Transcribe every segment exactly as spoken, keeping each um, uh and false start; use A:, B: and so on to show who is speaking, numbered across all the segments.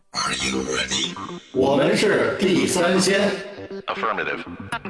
A: Are you ready？
B: 我们是地三鲜。
A: Affirmative。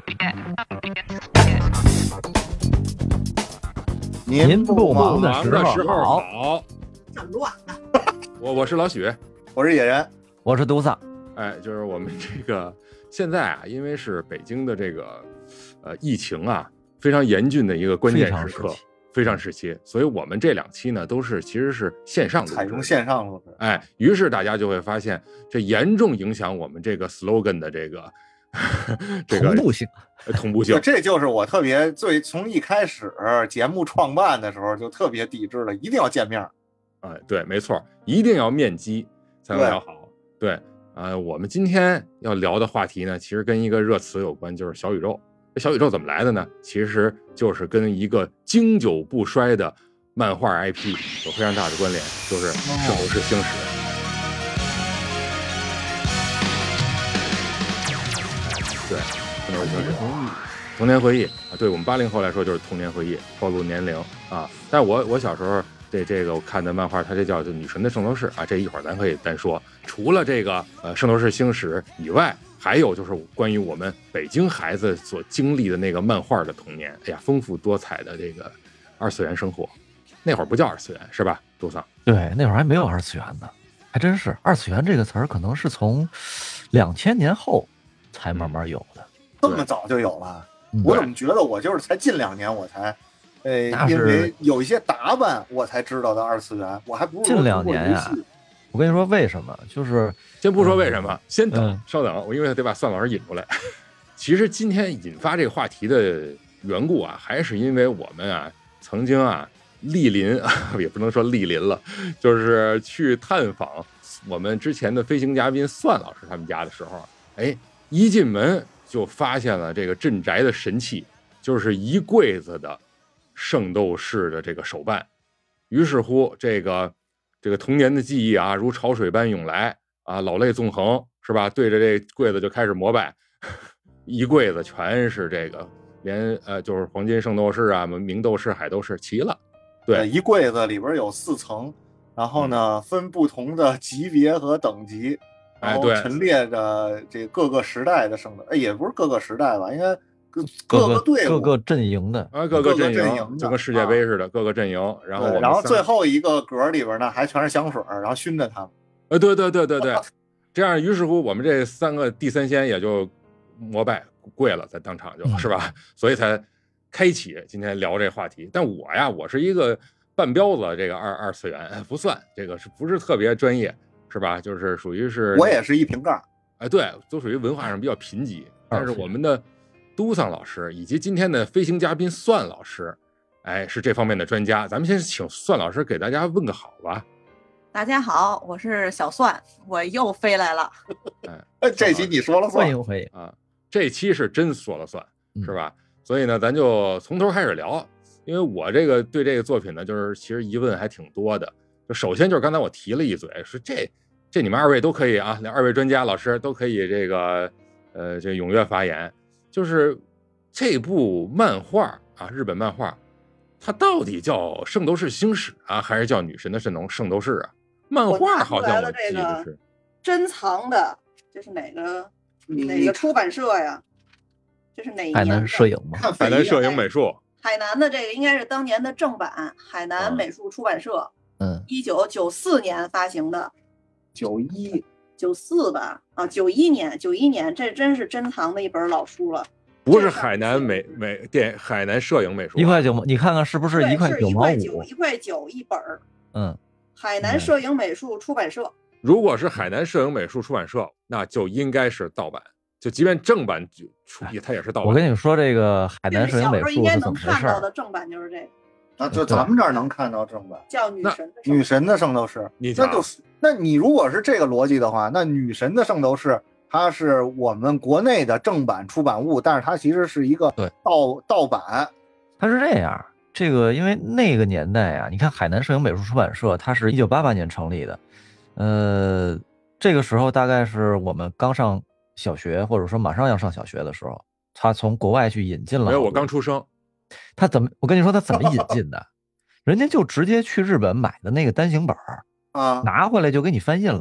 C: 您不忙的时候好，
D: 好，
E: 这乱的。
D: 我我是老许，
C: 我是野人，
F: 我是独丧。
D: 哎，就是我们这个现在啊，因为是北京的这个呃疫情啊非常严峻的一个关键时刻，非常时期，所以我们这两期呢都是其实是线上录制，
C: 采用线上录制。
D: 哎，于是大家就会发现，这严重影响我们这个 slogan 的这个这个
F: 同步性，
D: 同步性。
C: 这就是我特别最从一开始节目创办的时候就特别抵制的，一定要见面。
D: 哎，对，没错，一定要面基才能聊好。对，啊、呃，我们今天要聊的话题呢，其实跟一个热词有关，就是小宇宙。这小宇宙怎么来的呢？其实就是跟一个经久不衰的漫画 I P 有非常大的关联，就是《圣斗士星矢》。对，《圣斗士星矢》童年回忆啊，对我们八零后来说就是童年回忆，暴露年龄啊。但我我小时候。这这个我看的漫画，它这叫就女神的圣斗士啊，这一会儿咱可以单说。除了这个呃圣斗士星矢以外，还有就是关于我们北京孩子所经历的那个漫画的童年。哎呀，丰富多彩的这个二次元生活，那会儿不叫二次元是吧，杜桑？
F: 对，那会儿还没有二次元呢，还真是二次元这个词儿可能是从两千年后才慢慢有的。
C: 这么早就有了？我怎么觉得我就是才近两年我才。呃，因为有一些打扮我才知道的二次元，我还不是
F: 近两年呀、啊。我跟你说为什么？就是
D: 先不说为什么，嗯、先等、
F: 嗯，
D: 稍等，我因为得把算老师引出来。其实今天引发这个话题的缘故啊，还是因为我们啊曾经啊莅临，也不能说莅临了，就是去探访我们之前的飞行嘉宾算老师他们家的时候，哎，一进门就发现了这个镇宅的神器，就是一柜子的。圣斗士的这个手办，于是乎，这个这个童年的记忆啊，如潮水般涌来啊，老泪纵横，是吧？对着这柜子就开始膜拜，一柜子全是这个，连呃就是黄金圣斗士啊、明斗士、海斗士齐了。对，
C: 一柜子里边有四层，然后呢分不同的级别和等级，然后陈列着这各个时代的圣斗，哎，也不是各个时代吧，应该。各个队伍、
F: 各个阵营的
D: 啊，各个阵营就跟世界杯似的，啊、各个阵营。然后我们
C: 然后最后一个格里边呢，还全是香水，然后熏着他们。
D: 呃，对对对对对，这样于是乎，我们这三个地三鲜也就膜拜跪了，在当场就、嗯、是吧？所以才开启今天聊这话题。但我呀，我是一个半彪子，这个二二次元不算，这个是不是特别专业，是吧？就是属于是
C: 我也是一瓶盖。
D: 哎，对，都属于文化上比较贫瘠，但是我们的。都桑老师以及今天的飞行嘉宾算老师，哎，是这方面的专家。咱们先请算老师给大家问个好吧。
E: 大家好，我是小算，我又飞来了。
C: 哎，这期你说了算，
F: 欢迎欢迎
D: 啊！这期是真说了算，是吧？嗯、所以呢，咱就从头开始聊。因为我这个对这个作品呢，就是其实疑问还挺多的。就首先就是刚才我提了一嘴，说这这你们二位都可以啊，二位专家老师都可以这个呃这踊跃发言。就是这部漫画啊，日本漫画，它到底叫《圣斗士星矢》啊，还是叫《女神的圣斗圣斗士》啊？漫画好像我记得是
E: 珍藏的，这是哪个哪个出版社呀？这是哪一年？
F: 海南摄影吗？
D: 海南摄影美术。
E: 海南的这个应该是当年的正版，海南美术出版社，
F: 嗯，
E: 一九九四年发行的。
C: 九一。
E: 九四吧，啊，九一年，九一年，这真是珍藏的一本老书了。
D: 不是海南美美电，海南摄影美术，
F: 一块九毛，你看看是不是一块九毛五？
E: 一块九一本。
F: 嗯，
E: 海南摄影美术出版社。
D: 如果是海南摄影美术出版社，那就应该是盗版，就即便正版出版，它也是盗版。
F: 我跟你们说，这个海南摄影美术
E: 应该能看到的正版就是这个。
C: 啊，就咱们这儿能看到正版，
E: 叫女神的
C: 女神的圣斗士。
D: 那
C: 就是，那你如果是这个逻辑的话，那女神的圣斗士它是我们国内的正版出版物，但是它其实是一个盗盗版。
F: 它是这样，这个因为那个年代啊，你看海南摄影美术出版社，它是一九八八年成立的，呃，这个时候大概是我们刚上小学，或者说马上要上小学的时候，他从国外去引进了。
D: 没有，我刚出生。
F: 他怎么？我跟你说，他怎么引进的？人家就直接去日本买的那个单行本
C: 啊，
F: 拿回来就给你翻印了。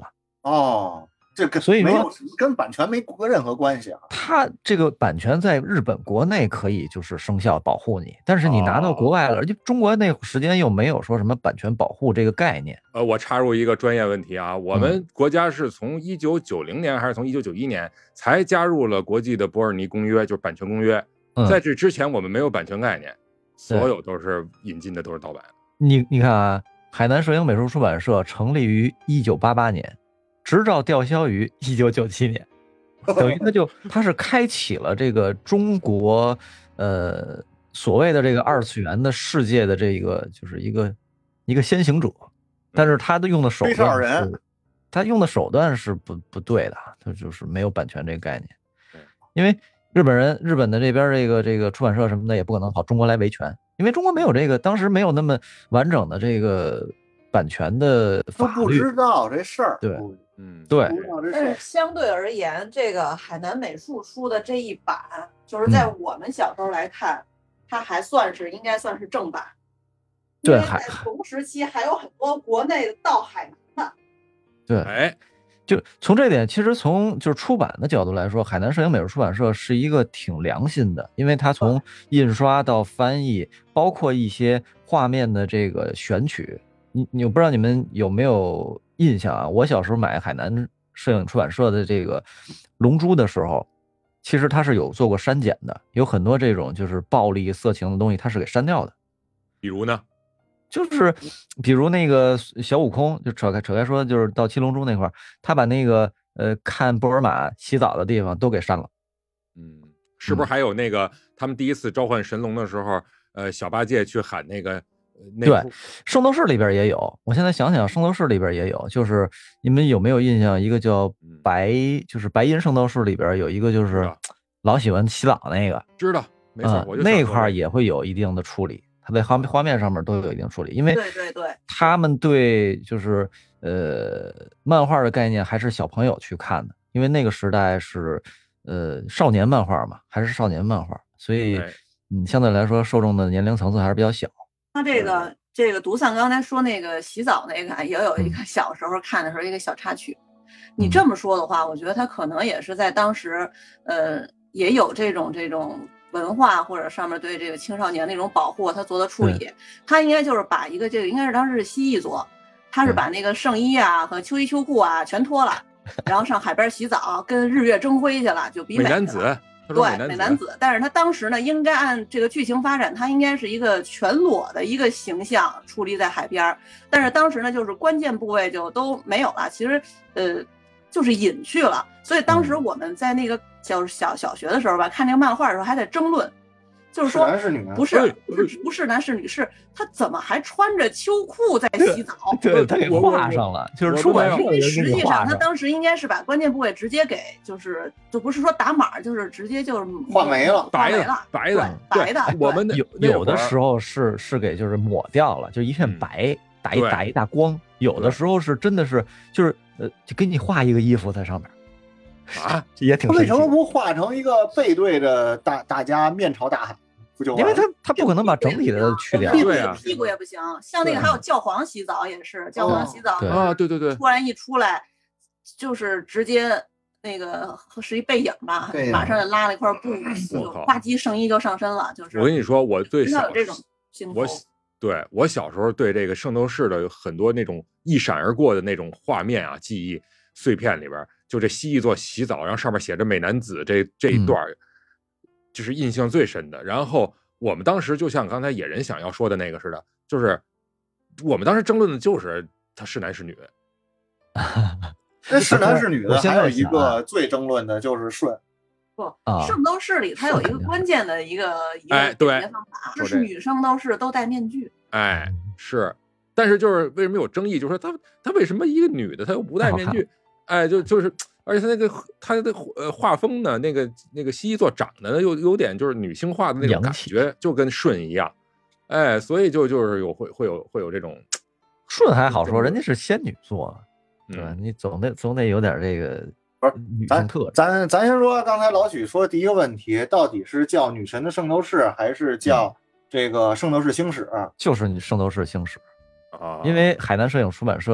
C: 哦，这跟
F: 所以说
C: 没有跟版权没任何关系啊。
F: 它这个版权在日本国内可以就是生效保护你，但是你拿到国外了，而且中国那时间又没有说什么版权保护这个概念。
D: 呃，我插入一个专业问题啊，我们国家是从一九九零年还是从一九九一年才加入了国际的伯尔尼公约，就是版权公约。
F: 嗯、
D: 在这之前我们没有版权概念，所有都是引进的，都是盗版。
F: 你你看啊，海南摄影美术出版社成立于一九八八年，执照吊销于一九九七年，等于它就它是开启了这个中国呃所谓的这个二次元的世界的这个就是一个一个先行者，但是他的用的手段是，他用的手段是不不对的，他就是没有版权这个概念，因为日本人日本的这边这个这个出版社什么的也不可能跑中国来维权。因为中国没有这个，当时没有那么完整的这个版权的法律，
C: 都不知道这事儿。
F: 对，
D: 嗯，
F: 对。
E: 但是相对而言，这个海南美术出的这一版，就是在我们小时候来看，嗯、它还算是应该算是正版。
F: 对，
E: 还同时期还有很多国内到海南的。
F: 对，
D: 哎。
F: 就从这点，其实从就是出版的角度来说，海南摄影美术出版社是一个挺良心的，因为它从印刷到翻译，包括一些画面的这个选取，你你我不知道你们有没有印象啊？我小时候买海南摄影出版社的这个《龙珠》的时候，其实它是有做过删减的，有很多这种就是暴力色情的东西，它是给删掉的。
D: 比如呢？
F: 就是比如那个小悟空，就扯开扯开说，就是到七龙珠那块儿，他把那个呃看波尔玛洗澡的地方都给删了。
D: 嗯，是不是还有那个、嗯、他们第一次召唤神龙的时候，呃，小八戒去喊那个？呃、那
F: 对，圣斗士里边也有。我现在想想，圣斗士里边也有，就是你们有没有印象？一个叫白，嗯、就是白银圣斗士里边有一个就是老喜欢洗澡那个，
D: 知道，没错，
F: 嗯、
D: 我就
F: 那块儿也会有一定的处理。它在画画面上面都有一定处理，因为
E: 对对对，
F: 他们对就是呃漫画的概念还是小朋友去看的，因为那个时代是呃少年漫画嘛，还是少年漫画，所以嗯相对来说受众的年龄层次还是比较小。
E: 他这个这个独丧刚才说那个洗澡那个也有一个小时候看的时候一个小插曲，嗯、你这么说的话，我觉得他可能也是在当时呃也有这种这种。文化或者上面对这个青少年那种保护，他做的处理，他应该就是把一个这个应该是当时是蜥蜴做，他是把那个圣衣啊和秋衣秋裤啊全脱了，然后上海边洗澡，跟日月争辉去了，就比美
D: 男子，
E: 对美男子。但是他当时呢，应该按这个剧情发展，他应该是一个全裸的一个形象矗立在海边，但是当时呢，就是关键部位就都没有了，其实呃就是隐去了，所以当时我们在那个。就是小小学的时候吧，看那个漫画的时候还在争论，就是说
C: 是男是女，
E: 不是不是不是男是女，是他怎么还穿着秋裤在洗澡？
F: 对，他给画上了，就是出版社
E: 因为实际上他当时应该是把关键部位直接给，就是就不是说打码，就是直接就是
C: 画没了，
E: 画没了，
D: 白的
E: 白的。
F: 我们有有的时候是是给就是抹掉了，就一片白，打一打一大光；有的时候是真的是就是呃，就给你画一个衣服在上面。
D: 啊，
F: 也挺。
C: 他为什么不画成一个背对着大大家面朝大海？不就
F: 因为他他不可能把整体的去掉，
E: 对啊，屁股也不行。像那个还有教皇洗澡也是，教皇洗澡
D: 啊，对对对，
E: 突然一出来就是直接那个是一背影吧，马上拉了一块布，就呱唧圣衣就上身了。就是
D: 我跟你说，我对小
E: 这种
D: 我对我小时候对这个圣斗士的有很多那种一闪而过的那种画面啊，记忆碎片里边。就这蜥蜴座洗澡，然后上面写着美男子这这一段，就是印象最深的。然后我们当时就像刚才野人想要说的那个似的，就是我们当时争论的就是他是男是女。
C: 这是男是女的，还有一个最争论的就是顺。
E: 不，圣斗士里它有一个关键的一个一个解决方法，就是女圣斗士都戴面具。
D: 哎，是，但是就是为什么有争议？就是说他他为什么一个女的她又不戴面具？哎，就就是，而且他那个他的呃画风呢，那个那个蜥蜴座长得又有点就是女性化的那种感觉，就跟舜一样，哎，所以就就是有会会有会有这种。
F: 舜还好说，人家是仙女座，对吧？你总得总得有点这个
C: 不是
F: 女性特质。
C: 咱咱先说刚才老许说第一个问题，到底是叫女神的圣斗士，还是叫这个圣斗士星矢？
F: 就是你圣斗士星矢
D: 啊，
F: 因为海南摄影出版社。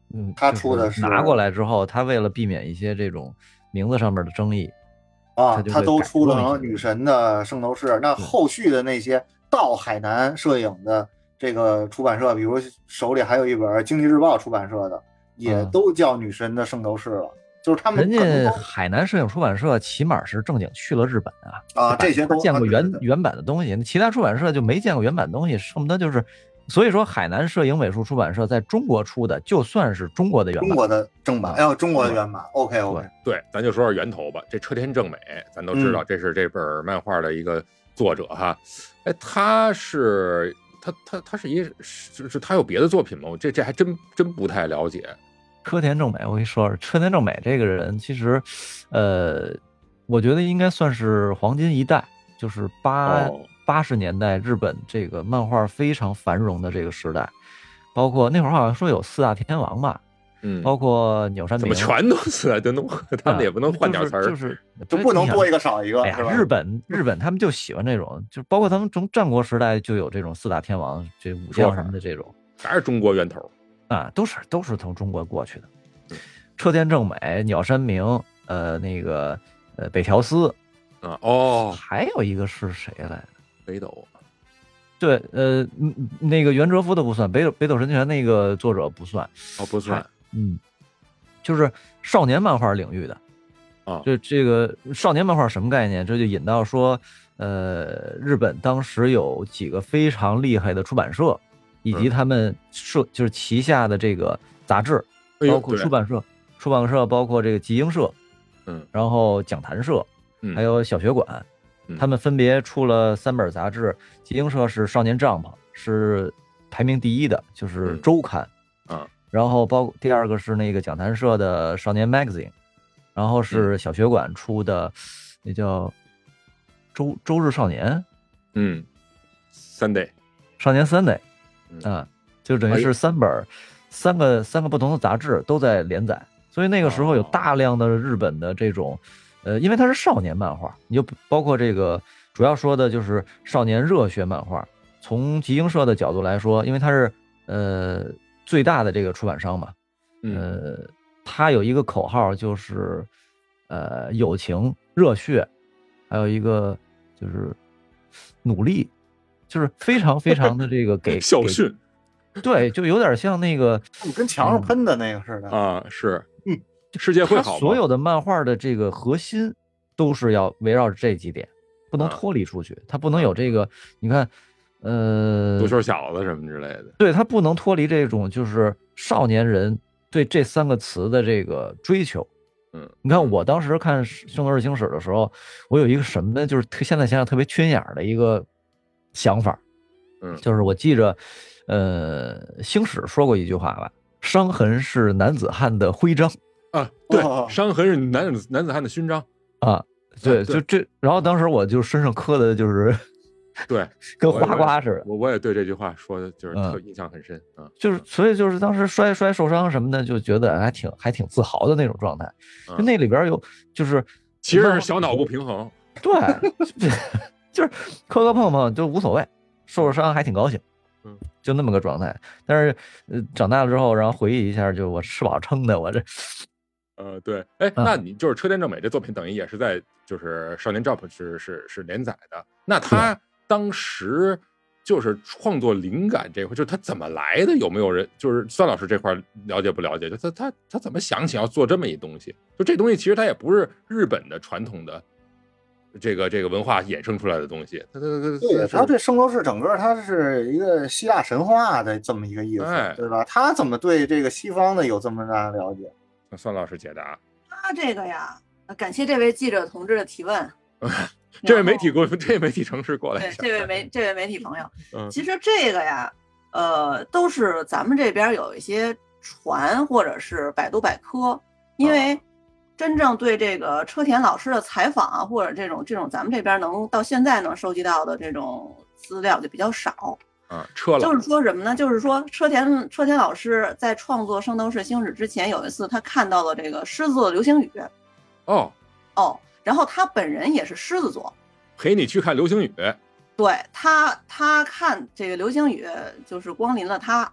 F: 嗯，
C: 他出的
F: 是拿过来之后，他为了避免一些这种名字上面的争议
C: 啊，他都出
F: 了
C: 女神的圣斗士。那后续的那些到海南摄影的这个出版社，比如手里还有一本经济日报出版社的，也都叫女神的圣斗士了。就是他们
F: 人家海南摄影出版社起码是正经去了日本啊
C: 啊，这些都
F: 见过原原版的东西，其他出版社就没见过原版东西，恨不得就是。所以说，海南摄影美术出版社在中国出的，就算是中国的原版，
C: 中国的正版，哎呦，中国的原版 ，OK OK，
D: 对，咱就说说源头吧。这车田正美，咱都知道，这是这本漫画的一个作者哈。哎，他是他他他是一是是他有别的作品吗？我这这还真真不太了解。
F: 车田正美，我跟你说，车田正美这个人，其实，呃，我觉得应该算是黄金一代，就是八。哦八十年代日本这个漫画非常繁荣的这个时代，包括那会儿好像说有四大天王吧，
D: 嗯，
F: 包括鸟山明，
D: 怎么全都四大天王？他们也不能换点词儿，
F: 就是
C: 就不能多一个少一个。
F: 哎呀，日本日本他们就喜欢这种，就包括他们从战国时代就有这种四大天王，这武将什么的这种，
D: 还是中国源头
F: 啊，都是都是从中国过去的。车田正美、鸟山明，呃，那个呃北条司
D: 啊，哦，
F: 还有一个是谁来着？
D: 北斗，
F: 对，呃，那个袁哲夫的不算，北斗北斗神拳那个作者不算，
D: 哦，不算，
F: 嗯，就是少年漫画领域的，
D: 啊，
F: 就这个少年漫画什么概念？这就引到说，呃，日本当时有几个非常厉害的出版社，以及他们社就是旗下的这个杂志，包括出版社，出版社包括这个集英社，
D: 嗯，
F: 然后讲谈社，
D: 嗯，
F: 还有小学馆。他们分别出了三本杂志，集英社是少年 Jump， 是排名第一的，就是周刊，
D: 啊，
F: 然后包括第二个是那个讲谈社的少年 Magazine， 然后是小学馆出的，那叫周周日少年，
D: 嗯 ，Sunday，
F: 少年 Sunday， 啊，就等于是三本，三个三个不同的杂志都在连载，所以那个时候有大量的日本的这种。呃，因为它是少年漫画，你就包括这个主要说的就是少年热血漫画。从集英社的角度来说，因为它是呃最大的这个出版商嘛，呃，它有一个口号就是呃友情、热血，还有一个就是努力，就是非常非常的这个给
D: 校训，
F: 对，就有点像那个
C: 跟墙上喷的那个似的、
D: 嗯、啊，是，嗯。世界会好吗？
F: 所有的漫画的这个核心都是要围绕着这几点，不能脱离出去。它不能有这个，你看，呃，
D: 足球小子什么之类的。
F: 对，它不能脱离这种就是少年人对这三个词的这个追求。
D: 嗯，
F: 你看我当时看《圣斗士星矢》的时候，我有一个什么呢？就是现在想想特别缺眼的一个想法。
D: 嗯，
F: 就是我记着，呃，星矢说过一句话吧：“伤痕是男子汉的徽章。”
D: 啊，对，伤痕是男子男子汉的勋章
F: 啊，对，就这，然后当时我就身上刻的就是，
D: 对，
F: 跟花瓜似的。
D: 我我也对这句话说的就是特印象很深啊，
F: 就是所以就是当时摔摔受伤什么的，就觉得还挺还挺自豪的那种状态。就那里边有就是
D: 其实是小脑不平衡，
F: 对，就是磕磕碰碰就无所谓，受受伤还挺高兴，
D: 嗯，
F: 就那么个状态。但是呃长大了之后，然后回忆一下，就我吃饱撑的，我这。
D: 呃，对，哎，那你就是车田正美这作品，等于也是在就是少年 Jump 是是是连载的。那他当时就是创作灵感这块，就是他怎么来的？有没有人就是孙老师这块了解不了解？就他他他怎么想起要做这么一东西？就这东西其实它也不是日本的传统的这个这个文化衍生出来的东西。他他他
C: 对，他这圣斗士整个它是一个希腊神话的这么一个意思，
D: 哎、
C: 对吧？他怎么对这个西方的有这么大的了解？
D: 孙老师解答。
E: 他这个呀，感谢这位记者同志的提问。
D: 这位媒体过，这位媒体城市过来。
E: 对，这位媒这位媒体朋友，嗯，其实这个呀，呃，都是咱们这边有一些传或者是百度百科，因为真正对这个车田老师的采访啊，或者这种这种咱们这边能到现在能收集到的这种资料就比较少。
D: 啊，车了。
E: 就是说什么呢？就是说车田车田老师在创作《圣斗士星矢》之前，有一次他看到了这个狮子座流星雨。
D: 哦
E: 哦，然后他本人也是狮子座，
D: 陪你去看流星雨。
E: 对他，他看这个流星雨就是光临了他，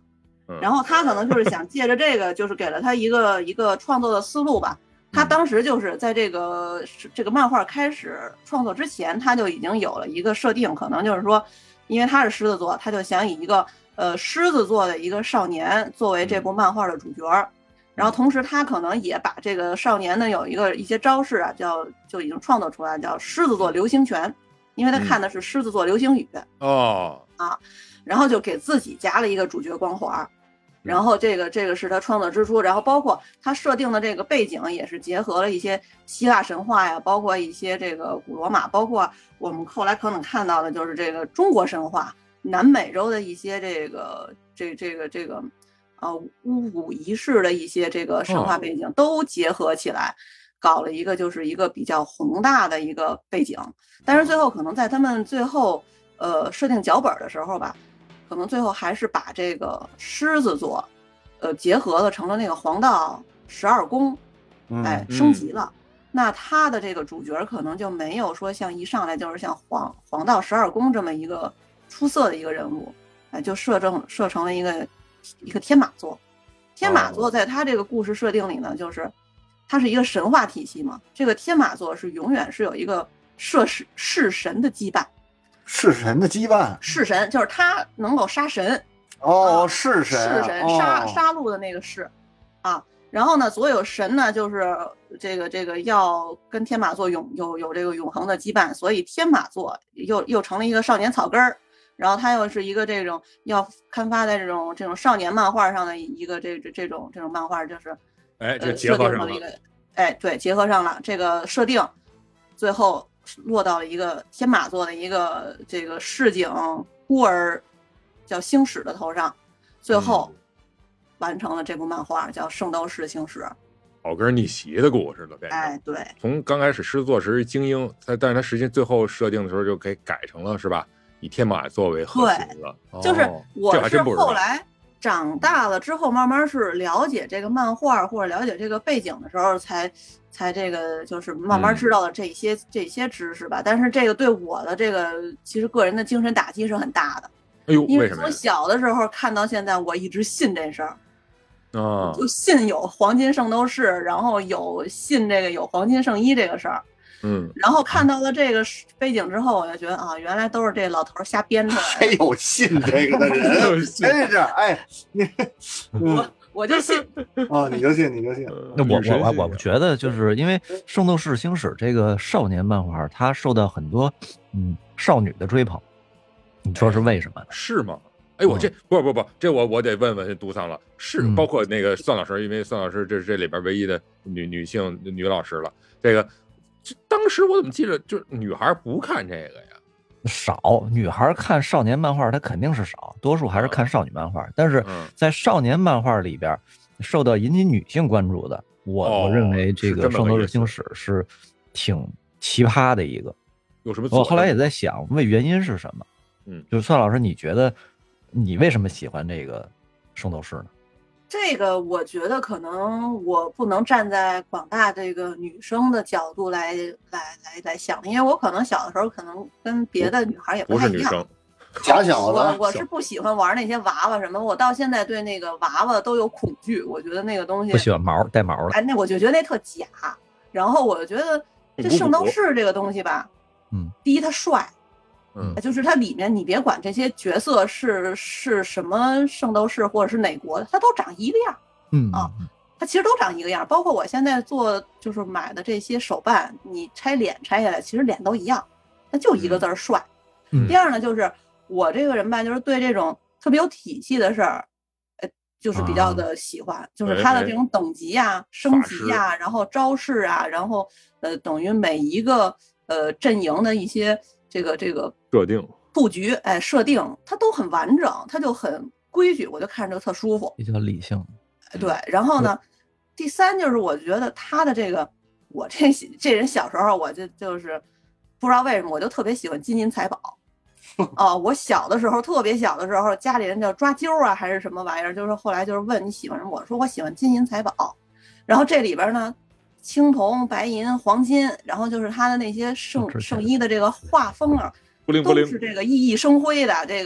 E: 然后他可能就是想借着这个，就是给了他一个一个创作的思路吧。他当时就是在这个这个漫画开始创作之前，他就已经有了一个设定，可能就是说，因为他是狮子座，他就想以一个呃狮子座的一个少年作为这部漫画的主角。然后同时他可能也把这个少年呢有一个一些招式啊，叫就已经创作出来，叫狮子座流星拳，因为他看的是狮子座流星雨、嗯、
D: 哦
E: 啊，然后就给自己加了一个主角光环。然后这个这个是他创作之初，然后包括他设定的这个背景也是结合了一些希腊神话呀，包括一些这个古罗马，包括我们后来可能看到的就是这个中国神话、南美洲的一些这个这这个这个呃巫蛊仪式的一些这个神话背景都结合起来，搞了一个就是一个比较宏大的一个背景。但是最后可能在他们最后呃设定脚本的时候吧，可能最后还是把这个狮子座，呃，结合了成了那个黄道十二宫，哎，升级了。嗯、那他的这个主角可能就没有说像一上来就是像黄黄道十二宫这么一个出色的一个人物，哎，就设成设成了一个一个天马座。天马座在他这个故事设定里呢，就是它是一个神话体系嘛。这个天马座是永远是有一个摄世弑神的羁绊。
C: 弑神的羁绊，
E: 弑神就是他能够杀神
C: 哦，弑神，
E: 弑神杀杀戮的那个弑啊。然后呢，所有神呢，就是这个这个要跟天马座永有有这个永恒的羁绊，所以天马座又又成了一个少年草根儿。然后他又是一个这种要刊发在这种这种少年漫画上的一个这这这种这种漫画，就是
D: 哎，这结合上了
E: 一个哎对结合上了这个设定，最后落到了一个天马座的一个这个市井孤儿叫星矢的头上，最后完成了这部漫画叫《圣斗士星矢》，
D: 草根逆袭的故事了。
E: 哎，对，
D: 从刚开始狮子座时精英，但是他实际最后设定的时候就给改成了是吧？以天马座为核心了。
E: 对，就是我是后来长大了之后，慢慢是了解这个漫画或者了解这个背景的时候，才才这个就是慢慢知道了这些、嗯、这些知识吧。但是这个对我的这个其实个人的精神打击是很大的。
D: 哎呦，
E: 因为从小的时候看到现在，我一直信这事儿。
D: 啊，
E: 就信有黄金圣斗士，然后有信这个有黄金圣衣这个事儿。
D: 嗯，
E: 然后看到了这个背景之后，我就觉得啊，原来都是这老头瞎编出来的。
C: 还有信这个的人，真是哎，你
E: 我我就信
C: 啊，你就信你就信。
F: 那我我我我觉得就是因为《圣斗士星矢》这个少年漫画，它受到很多嗯少女的追捧，你说是为什么？
D: 是吗？哎，我这不不不，这我我得问问杜桑了，是包括那个算老师，因为算老师这是这里边唯一的女女性女老师了，这个。当时我怎么记得就是女孩不看这个呀？
F: 少，女孩看少年漫画，她肯定是少，多数还是看少女漫画。但是在少年漫画里边，受到引起女性关注的，我、哦、我认为这个《圣斗士星矢》是挺奇葩的一个。
D: 有什么？
F: 我后来也在想，问原因是什么？
D: 嗯，
F: 就是算老师，你觉得你为什么喜欢这个圣斗士呢？
E: 这个我觉得可能我不能站在广大这个女生的角度来来来来想，因为我可能小的时候可能跟别的女孩也不太一样。
C: 假小的，
E: 我我是不喜欢玩那些娃娃什么，我到现在对那个娃娃都有恐惧。我觉得那个东西
F: 不喜欢毛带毛的，
E: 哎，那我就觉得那特假。然后我觉得这圣斗士这个东西吧，
F: 嗯，
E: 第一他帅。
D: 嗯，
E: 就是它里面，你别管这些角色是是什么圣斗士或者是哪国的，它都长一个样，
F: 嗯
E: 啊，它其实都长一个样。包括我现在做就是买的这些手办，你拆脸拆下来，其实脸都一样，那就一个字儿帅。
F: 嗯。
E: 第二呢，就是我这个人吧，就是对这种特别有体系的事儿，呃，就是比较的喜欢，啊、就是它的这种等级呀、啊、升级呀、啊，然后招式啊，然后呃，等于每一个呃阵营的一些。这个这个
D: 设定
E: 布局，哎，设定它都很完整，它就很规矩，我就看着特舒服，
F: 比较理性。
E: 对，然后呢，第三就是我觉得他的这个，我这这人小时候我就就是不知道为什么我就特别喜欢金银财宝，啊，我小的时候特别小的时候，家里人叫抓阄啊还是什么玩意儿，就是后来就是问你喜欢什么，我说我喜欢金银财宝，然后这里边呢。青铜、白银、黄金，然后就是它的那些圣圣衣的这个画风啊，都是这个熠熠生辉的，这个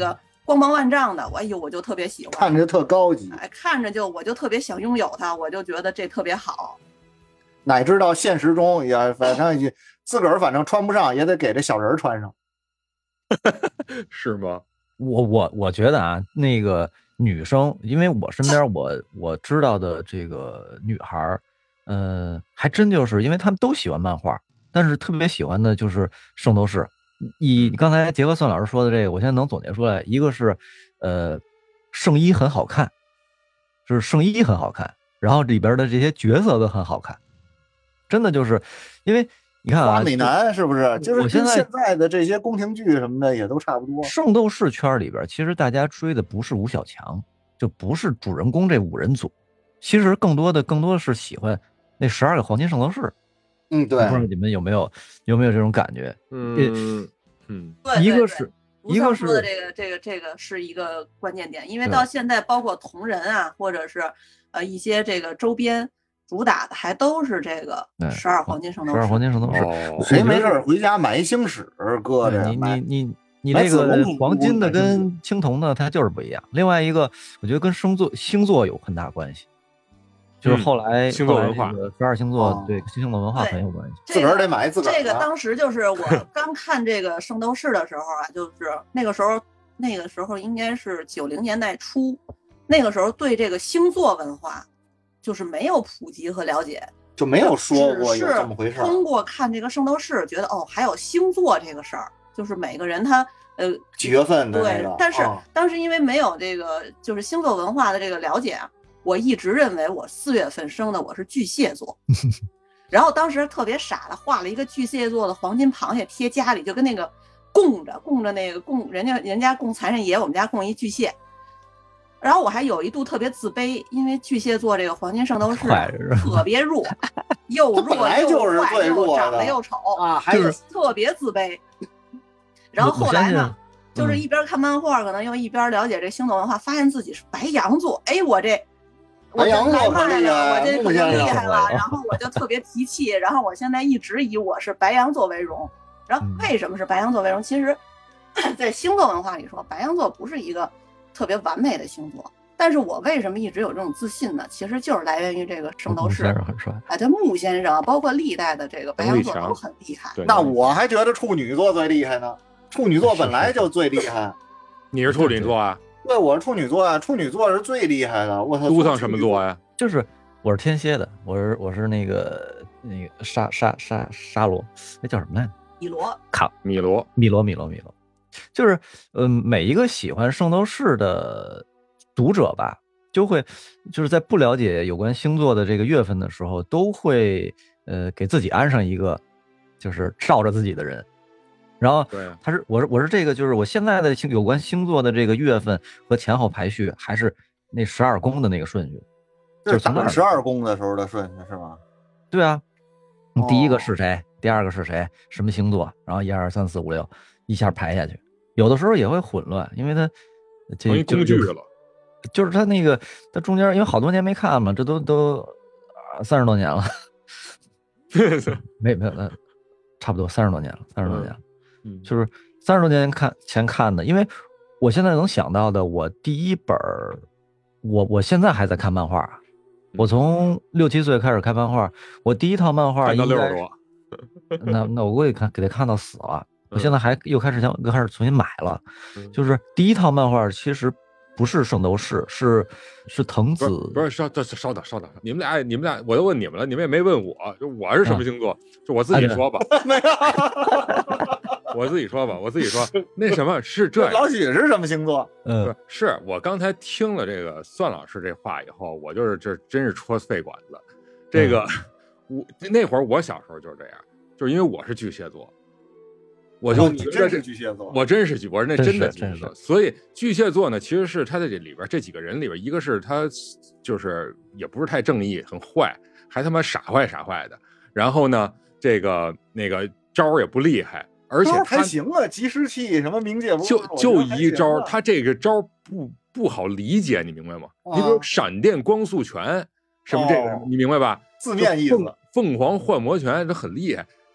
E: 光芒万丈的，哎呦我就特别喜欢，
C: 看着特高级，
E: 哎，看着就我就特别想拥有它，我就觉得这特别好。
C: 乃至到现实中也反正也自个儿反正穿不上，也得给这小人穿上，
D: 是吗？
F: 我我我觉得啊，那个女生，因为我身边我我知道的这个女孩儿，呃，还真就是因为她们都喜欢漫画，但是特别喜欢的就是圣斗士。以刚才杰克孙老师说的这个，我现在能总结出来，一个是呃圣衣很好看，就是圣衣很好看，然后里边的这些角色都很好看，真的就是因为你看啊，
C: 花美男是不是？就是
F: 我现在
C: 现在的这些宫廷剧什么的也都差不多。
F: 圣斗士圈里边，其实大家追的不是吴小强，就不是主人公这五人组，其实更多的更多的是喜欢那十二个黄金圣斗士。
C: 嗯，对，
F: 不知道你们有没有有没有这种感觉？
D: 嗯嗯，
E: 对，
F: 一个是一个是
E: 说的这个这个这个是一个关键点，因为到现在包括同人啊，或者是呃一些这个周边主打的还都是这个十二黄金圣斗士。
F: 十二黄金圣斗士，
D: 哦、
C: 谁没事回家买一星矢搁着？
F: 你你你你这个黄金的跟青铜的它就是不一样。另外一个，我觉得跟星座星座有很大关系。就是后来、
D: 嗯、星座文化，
F: 十二星座对星座文化很有关系。
C: 自个儿得买自个儿。
E: 这个当时就是我刚看这个圣斗士的时候啊，就是那个时候，那个时候应该是九零年代初，那个时候对这个星座文化就是没有普及和了解，
C: 就没有说过有这么回事。
E: 通过看这个圣斗士，觉得哦，还有星座这个事儿，就是每个人他呃
C: 几月份的、那
E: 个、对，但是、哦、当时因为没有这个就是星座文化的这个了解啊。我一直认为我四月份生的我是巨蟹座，然后当时特别傻的画了一个巨蟹座的黄金螃蟹贴家里，就跟那个供着供着那个供人家人家供财神爷，我们家供一巨蟹。然后我还有一度特别自卑，因为巨蟹座这个黄金圣斗士特别弱，又弱又坏又长得又丑
C: 啊，
E: 就是特别自卑。然后后来呢，就是一边看漫画，可能又一边了解这星座文化，发现自己是白羊座。哎，我这。我
C: 白羊座
E: 可厉害，我这可厉害了，
F: 啊
E: 然后我就特别提气，然后我现在一直以我是白羊座为荣。然后为什么是白羊座为荣？其实，在星座文化里说，白羊座不是一个特别完美的星座。但是我为什么一直有这种自信呢？其实就是来源于这个圣斗士，
F: 很帅。
E: 哎，对，木先生，包括历代的这个白羊座都很厉害。
C: 那我还觉得处女座最厉害呢，处女座本来就最厉害。
D: 你是处女座啊？
C: 对，我是处女座啊，处女座是最厉害的。我操，
D: 都上什么座呀？
F: 就是我是天蝎的，我是我是那个那个沙沙沙沙罗，那叫什么来着？
E: 米罗
F: 卡
D: 米罗
F: 米罗米罗米罗，就是嗯、呃，每一个喜欢圣斗士的读者吧，就会就是在不了解有关星座的这个月份的时候，都会呃给自己安上一个就是罩着自己的人。然后他是我是我是这个就是我现在的有关星座的这个月份和前后排序还是那十二宫的那个顺序，
C: 就是打十二宫的时候的顺序是吗？
F: 对啊，你第一个是谁，第二个是谁，什么星座，然后一二三四五六一下排下去，有的时候也会混乱，因为他这
D: 工具了，
F: 就是他那个他中间因为好多年没看嘛，这都都三十多年了，没没有那差不多三十多年了，三十多年了。
D: 嗯，
F: 就是三十多年看前看的，因为我现在能想到的，我第一本，我我现在还在看漫画，我从六七岁开始看漫画，我第一套漫画应该
D: 六十多，
F: 那那我估计看给他看到死了，我现在还又开始想又开始重新买了，就是第一套漫画其实不是圣斗士，是是藤子，
D: 不是稍稍稍等稍等，你们俩你们俩我都问你们了，你们也没问我，就我是什么星座，啊、就我自己说吧。
C: 没有，
D: 我自己说吧，我自己说，那什么是这样？
C: 老许是什么星座？
F: 嗯，
D: 是我刚才听了这个算老师这话以后，我就是这真是戳肺管子。这个、嗯、我那会儿我小时候就是这样，就是因为我是巨蟹座。我就、
C: 哦、你真是巨蟹座，
D: 我真是巨，我是那真的巨
F: 蟹座。
D: 所以巨蟹座呢，其实是他在这里边这几个人里边，一个是他就是也不是太正义，很坏，还他妈傻坏傻坏的。然后呢，这个那个招也不厉害，而且
C: 还行啊，及时器什么冥界
D: 就就一招，他这个招不不好理解，你明白吗？
C: 哦、
D: 你比如闪电光速拳什么这个，
C: 哦、
D: 你明白吧？
C: 字面意思，
D: 凤凰幻魔拳这很厉害。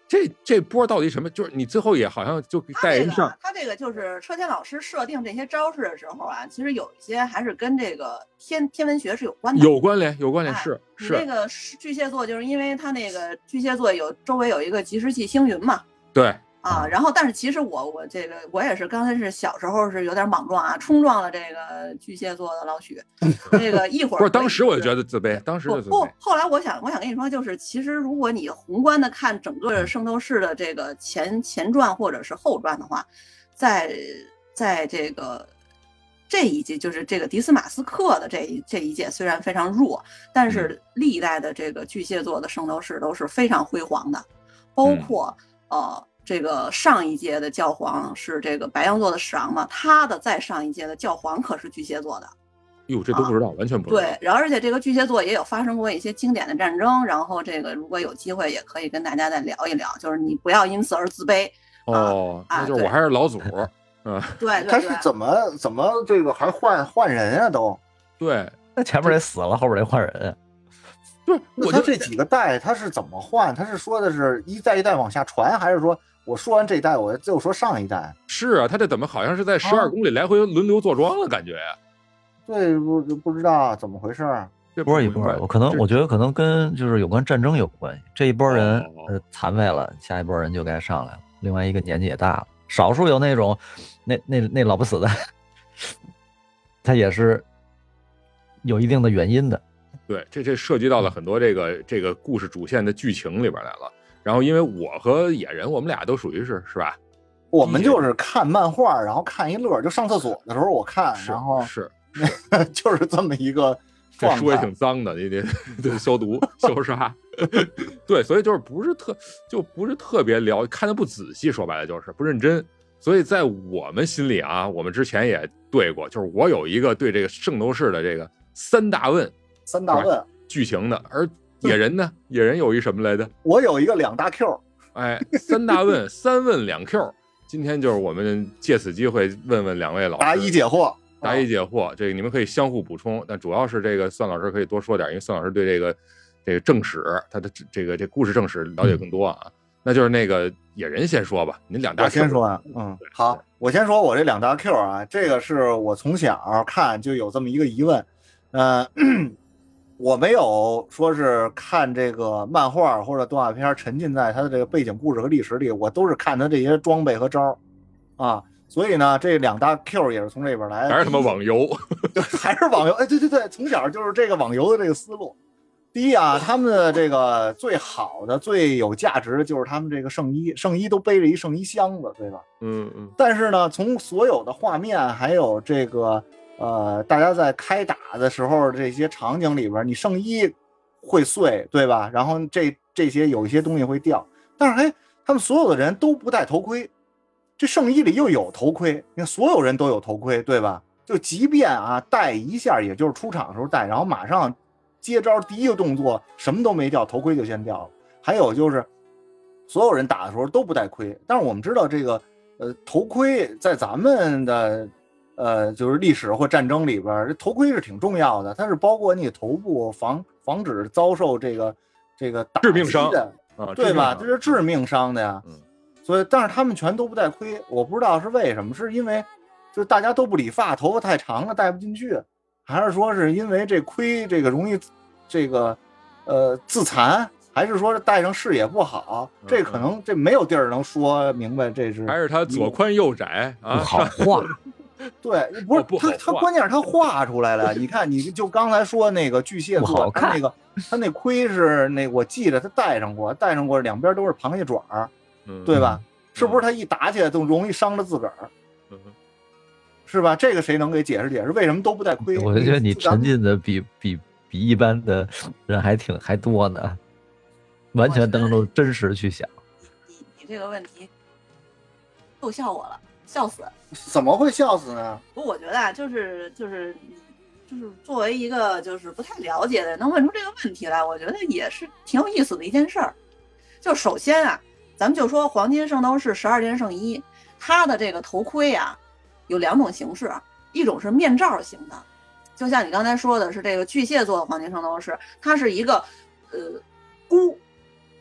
D: 这这波到底什么？就是你最后也好像就带人上。
E: 他这个就是车田老师设定这些招式的时候啊，其实有一些还是跟这个天天文学是有关的。
D: 有关联，有关联，是是。
E: 那个巨蟹座就是因为他那个巨蟹座有周围有一个及时系星云嘛。
D: 对。
E: 啊，然后但是其实我我这个我也是刚才是小时候是有点莽撞啊，冲撞了这个巨蟹座的老许，这个一会儿
D: 不是当时我就觉得自卑，当时就自卑。
E: 不，后来我想我想跟你说，就是其实如果你宏观的看整个圣斗士的这个前前传或者是后传的话，在在这个这一届就是这个迪斯马斯克的这一这一届虽然非常弱，但是历代的这个巨蟹座的圣斗士都是非常辉煌的，包括、嗯、呃。这个上一届的教皇是这个白羊座的史昂嘛，他的再上一届的教皇可是巨蟹座的。
D: 哟，这都不知道，啊、完全不知道。
E: 对，然后而且这个巨蟹座也有发生过一些经典的战争，然后这个如果有机会也可以跟大家再聊一聊，就是你不要因此而自卑。
D: 哦，
E: 啊、
D: 那就是我还是老祖。嗯，
E: 对，对
C: 他是怎么怎么这个还换换人啊都？
D: 对，
F: 那前面得死了，后边得换人。
D: 对，我
C: 他这几个代他是怎么换？他是说的是一代一代往下传，还是说？我说完这一代，我就说上一代。
D: 是啊，他这怎么好像是在十二公里来回轮流坐庄的感觉呀？
C: 对，不不知道怎么回事。
F: 这波一波，我可能我觉得可能跟就是有关战争有关系。这一波人呃残废了，下一波人就该上来了。另外一个年纪也大了，少数有那种那那那老不死的，他也是有一定的原因的。
D: 对，这这涉及到了很多这个这个故事主线的剧情里边来了。然后，因为我和野人，我们俩都属于是是吧？
C: 我们就是看漫画，然后看一乐，就上厕所的时候我看，然后
D: 是
C: 是就是这么一个状态。
D: 这书也挺脏的，你得得消毒消杀。对，所以就是不是特就不是特别了，看的不仔细，说白了就是不认真。所以在我们心里啊，我们之前也对过，就是我有一个对这个圣斗士的这个三大问，
C: 三大问
D: 剧情的，而。野人呢？野人有一什么来的？
C: 我有一个两大 Q，
D: 哎，三大问，三问两 Q。今天就是我们借此机会问问两位老师，
C: 答疑解惑，
D: 答疑解惑。这个你们可以相互补充，但主要是这个算老师可以多说点，因为算老师对这个这个正史，他的这个这故事正史了解更多啊。嗯、那就是那个野人先说吧，您两大 Q
C: 我先说啊，嗯，好，我先说我这两大 Q 啊，这个是我从小看就有这么一个疑问，呃。我没有说是看这个漫画或者动画片沉浸在它的这个背景故事和历史里，我都是看它这些装备和招啊，所以呢，这两大 Q 也是从这边来的。
D: 还是他妈网游，
C: 对，还是网游。哎，对对对，从小就是这个网游的这个思路。第一啊，他们的这个最好的、最有价值的就是他们这个圣衣，圣衣都背着一圣衣箱子，对吧？
D: 嗯嗯。
C: 但是呢，从所有的画面还有这个。呃，大家在开打的时候，这些场景里边，你圣衣会碎，对吧？然后这这些有一些东西会掉，但是哎，他们所有的人都不戴头盔，这圣衣里又有头盔，你看所有人都有头盔，对吧？就即便啊戴一下，也就是出场的时候戴，然后马上接招，第一个动作什么都没掉，头盔就先掉了。还有就是所有人打的时候都不戴盔，但是我们知道这个呃头盔在咱们的。呃，就是历史或战争里边，这头盔是挺重要的，它是包括你头部防防止遭受这个这个打
D: 致命伤
C: 的，
D: 啊，
C: 对吧？这是致命伤的呀。
D: 嗯，
C: 所以，但是他们全都不戴盔，我不知道是为什么，是因为就是大家都不理发，头发太长了戴不进去，还是说是因为这盔这个容易这个呃自残，还是说戴上视野不好？这可能这没有地儿能说明白，这是
D: 还是他左宽右窄啊，
F: 不好画。
C: 对，不是、
D: 哦、不
C: 他，他关键是他画出来了。你看，你就刚才说那个巨蟹座，他那个他那盔是那，我记得他戴上过，戴上过，两边都是螃蟹爪儿，
D: 嗯、
C: 对吧？是不是他一打起来都容易伤着自个儿？
D: 嗯、
C: 是吧？这个谁能给解释解释？为什么都不戴盔？
F: 我觉得你沉浸的比比比一般的人还挺还多呢，完全能够真实去想。
E: 你你这个问题逗笑我了。笑死！
C: 怎么会笑死呢？
E: 不，我觉得啊，就是就是就是作为一个就是不太了解的人，能问出这个问题来，我觉得也是挺有意思的一件事儿。就首先啊，咱们就说黄金圣斗士十二件圣衣，它的这个头盔啊有两种形式，一种是面罩型的，就像你刚才说的是这个巨蟹座的黄金圣斗士，它是一个呃箍箍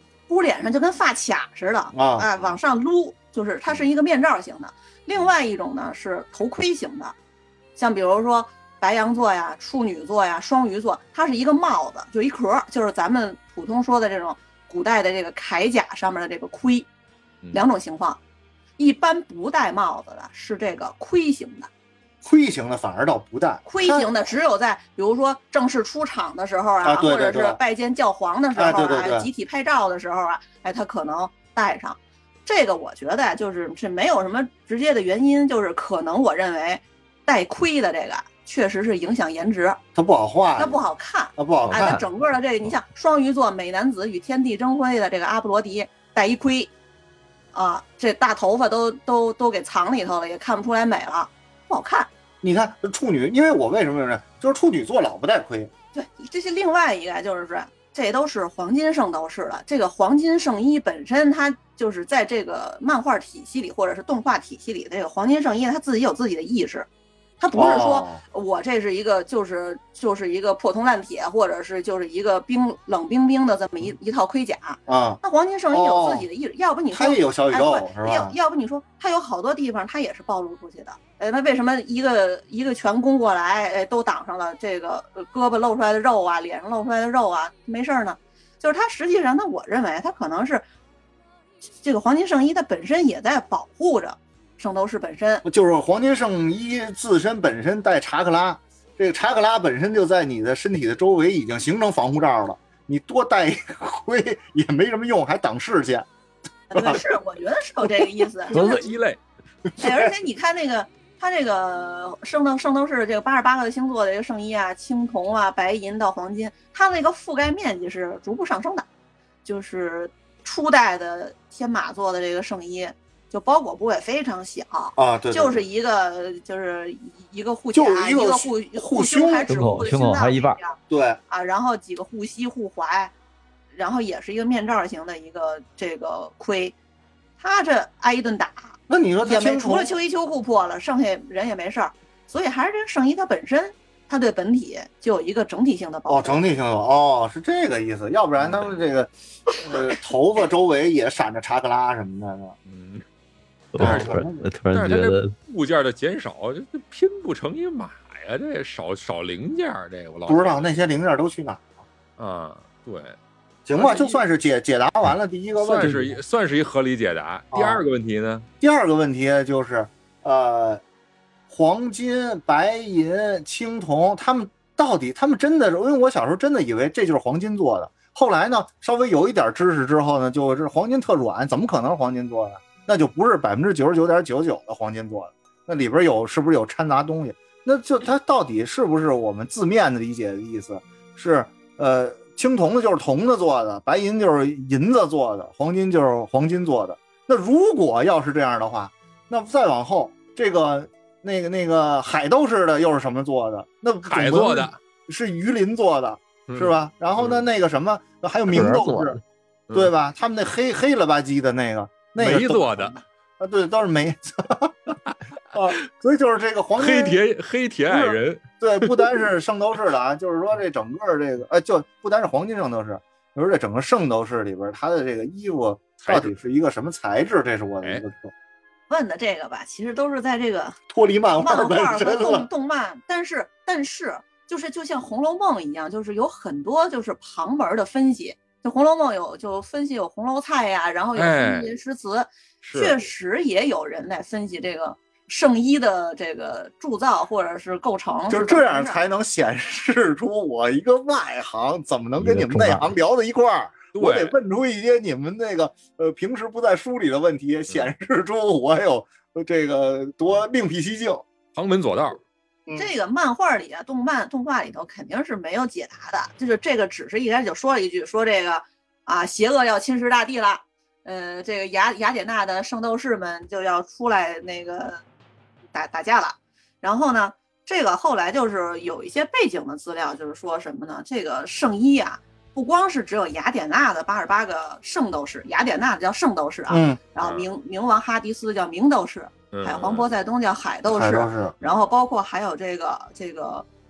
E: 脸上就跟发卡似的
C: 啊，
E: 哎，往上撸，就是它是一个面罩型的。另外一种呢是头盔型的，像比如说白羊座呀、处女座呀、双鱼座，它是一个帽子，就一壳，就是咱们普通说的这种古代的这个铠甲上面的这个盔，两种情况。一般不戴帽子的是这个盔型的，
C: 盔型的反而倒不戴，
E: 盔型的只有在比如说正式出场的时候啊，
C: 啊对对对
E: 或者是拜见教皇的时候啊，
C: 哎对对对
E: 集体拍照的时候啊，哎，他可能戴上。这个我觉得呀，就是是没有什么直接的原因，就是可能我认为戴盔的这个确实是影响颜值，
C: 它不好画，
E: 它不好看，
C: 它不好看。
E: 哎，它整个的这个，你像双鱼座美男子与天地争辉的这个阿波罗狄戴一盔，啊，这大头发都都都给藏里头了，也看不出来美了，不好看。
C: 你看处女，因为我为什么呢？就是处女座老不戴盔。
E: 对，这是另外一个，就是说这都是黄金圣斗士了。这个黄金圣衣本身，它就是在这个漫画体系里或者是动画体系里的这个黄金圣衣，它自己有自己的意识。它不是说我这是一个就是就是一个破铜烂铁，或者是就是一个冰冷冰冰的这么一一套盔甲
C: 啊。
E: 那黄金圣衣有自己的意识，要不你说
C: 它也有小宇宙、哎、是吧？
E: 要要不你说它有好多地方它也是暴露出去的。哎，那为什么一个一个拳攻过来，哎，都挡上了这个胳膊露出来的肉啊，脸上露出来的肉啊，没事呢？就是它实际上，它我认为它可能是这个黄金圣衣，它本身也在保护着圣斗士本身。
C: 就是黄金圣衣自身本身带查克拉，这个查克拉本身就在你的身体的周围已经形成防护罩了，你多戴一个盔也没什么用，还挡视线。
E: 对，是，我觉得是有这个意思。
D: 就是一类。
E: 哎，而且你看那个。它这个圣斗圣斗士这个八十八个星座的这个圣衣啊，青铜啊、白银到黄金，它那个覆盖面积是逐步上升的。就是初代的天马座的这个圣衣，就包裹部位非常小
C: 啊，对，
E: 就是一个就是一个护甲，
C: 一
E: 个护
C: 护
E: 胸，还只护
F: 胸口还一半，
C: 对
E: 啊，然后几个护膝、护踝，然后也是一个面罩型的一个这个盔，它这挨一顿打。
C: 那你说
E: 也没除了秋衣秋裤破了，剩下人也没事儿，所以还是这个圣衣它本身，它对本体就有一个整体性的保护。
C: 哦，整体性的哦，是这个意思，要不然他们这个呃头发周围也闪着查克拉什么的，是吧？
D: 嗯，
F: 但是突然突然觉得
D: 物件的减少，这拼不成一马呀，这少少零件，这个我老
C: 不知道那些零件都去哪
D: 了啊？对。
C: 行吧，就算是解解答完了第一个问题，
D: 算是算是一合理解答。第二个问题呢？
C: 第二个问题就是，呃，黄金、白银、青铜，他们到底他们真的是？因为我小时候真的以为这就是黄金做的，后来呢，稍微有一点知识之后呢，就是黄金特软，怎么可能黄金做的？那就不是百分之九十九点九九的黄金做的，那里边有是不是有掺杂东西？那就它到底是不是我们字面的理解的意思？是呃。青铜的就是铜的做的，白银就是银子做的，黄金就是黄金做的。那如果要是这样的话，那再往后，这个那个那个海斗士的又是什么做的？那
D: 海做的
C: 是鱼鳞做的，
D: 嗯、
C: 是吧？然后呢，那个什么，还有明斗士，
D: 嗯、
C: 对吧？他们那黑黑了吧唧的那个，那个
D: 煤做的
C: 啊，对，都是煤。啊，所以就是这个黄金
D: 黑铁黑铁矮人，
C: 对，不单是圣斗士的啊，就是说这整个这个，呃，就不单是黄金圣斗士，就是这整个圣斗士里边，它的这个衣服到底是一个什么材质？这是我的一个错。
E: 问的这个吧，其实都是在这个
C: 脱离漫
E: 画
C: 本身了，
E: 动动漫，但是但是就是就像《红楼梦》一样，就是有很多就是旁门的分析。就《红楼梦》有就分析有红楼菜呀，然后有分析诗词，
D: 哎、
E: 确实也有人来分析这个。圣衣的这个铸造或者是构成，
C: 就这样才能显示出我一个外行怎么能跟你们内行聊到一块儿。我得问出一些你们那个呃平时不在书里的问题，显示出我有这个多另辟蹊径，
D: 旁门左道。
C: 嗯、
E: 这个漫画里啊，动漫动画里头肯定是没有解答的，就是这个只是一开始就说了一句，说这个啊邪恶要侵蚀大地了，呃，这个雅雅典娜的圣斗士们就要出来那个。打打架了，然后呢，这个后来就是有一些背景的资料，就是说什么呢？这个圣衣啊，不光是只有雅典娜的八十八个圣斗士，雅典娜的叫圣斗士啊，
C: 嗯，
E: 然后冥冥王哈迪斯叫冥斗士，
D: 嗯、
E: 还有黄波塞冬叫海斗士，
C: 海斗士，
E: 然后包括还有这个这个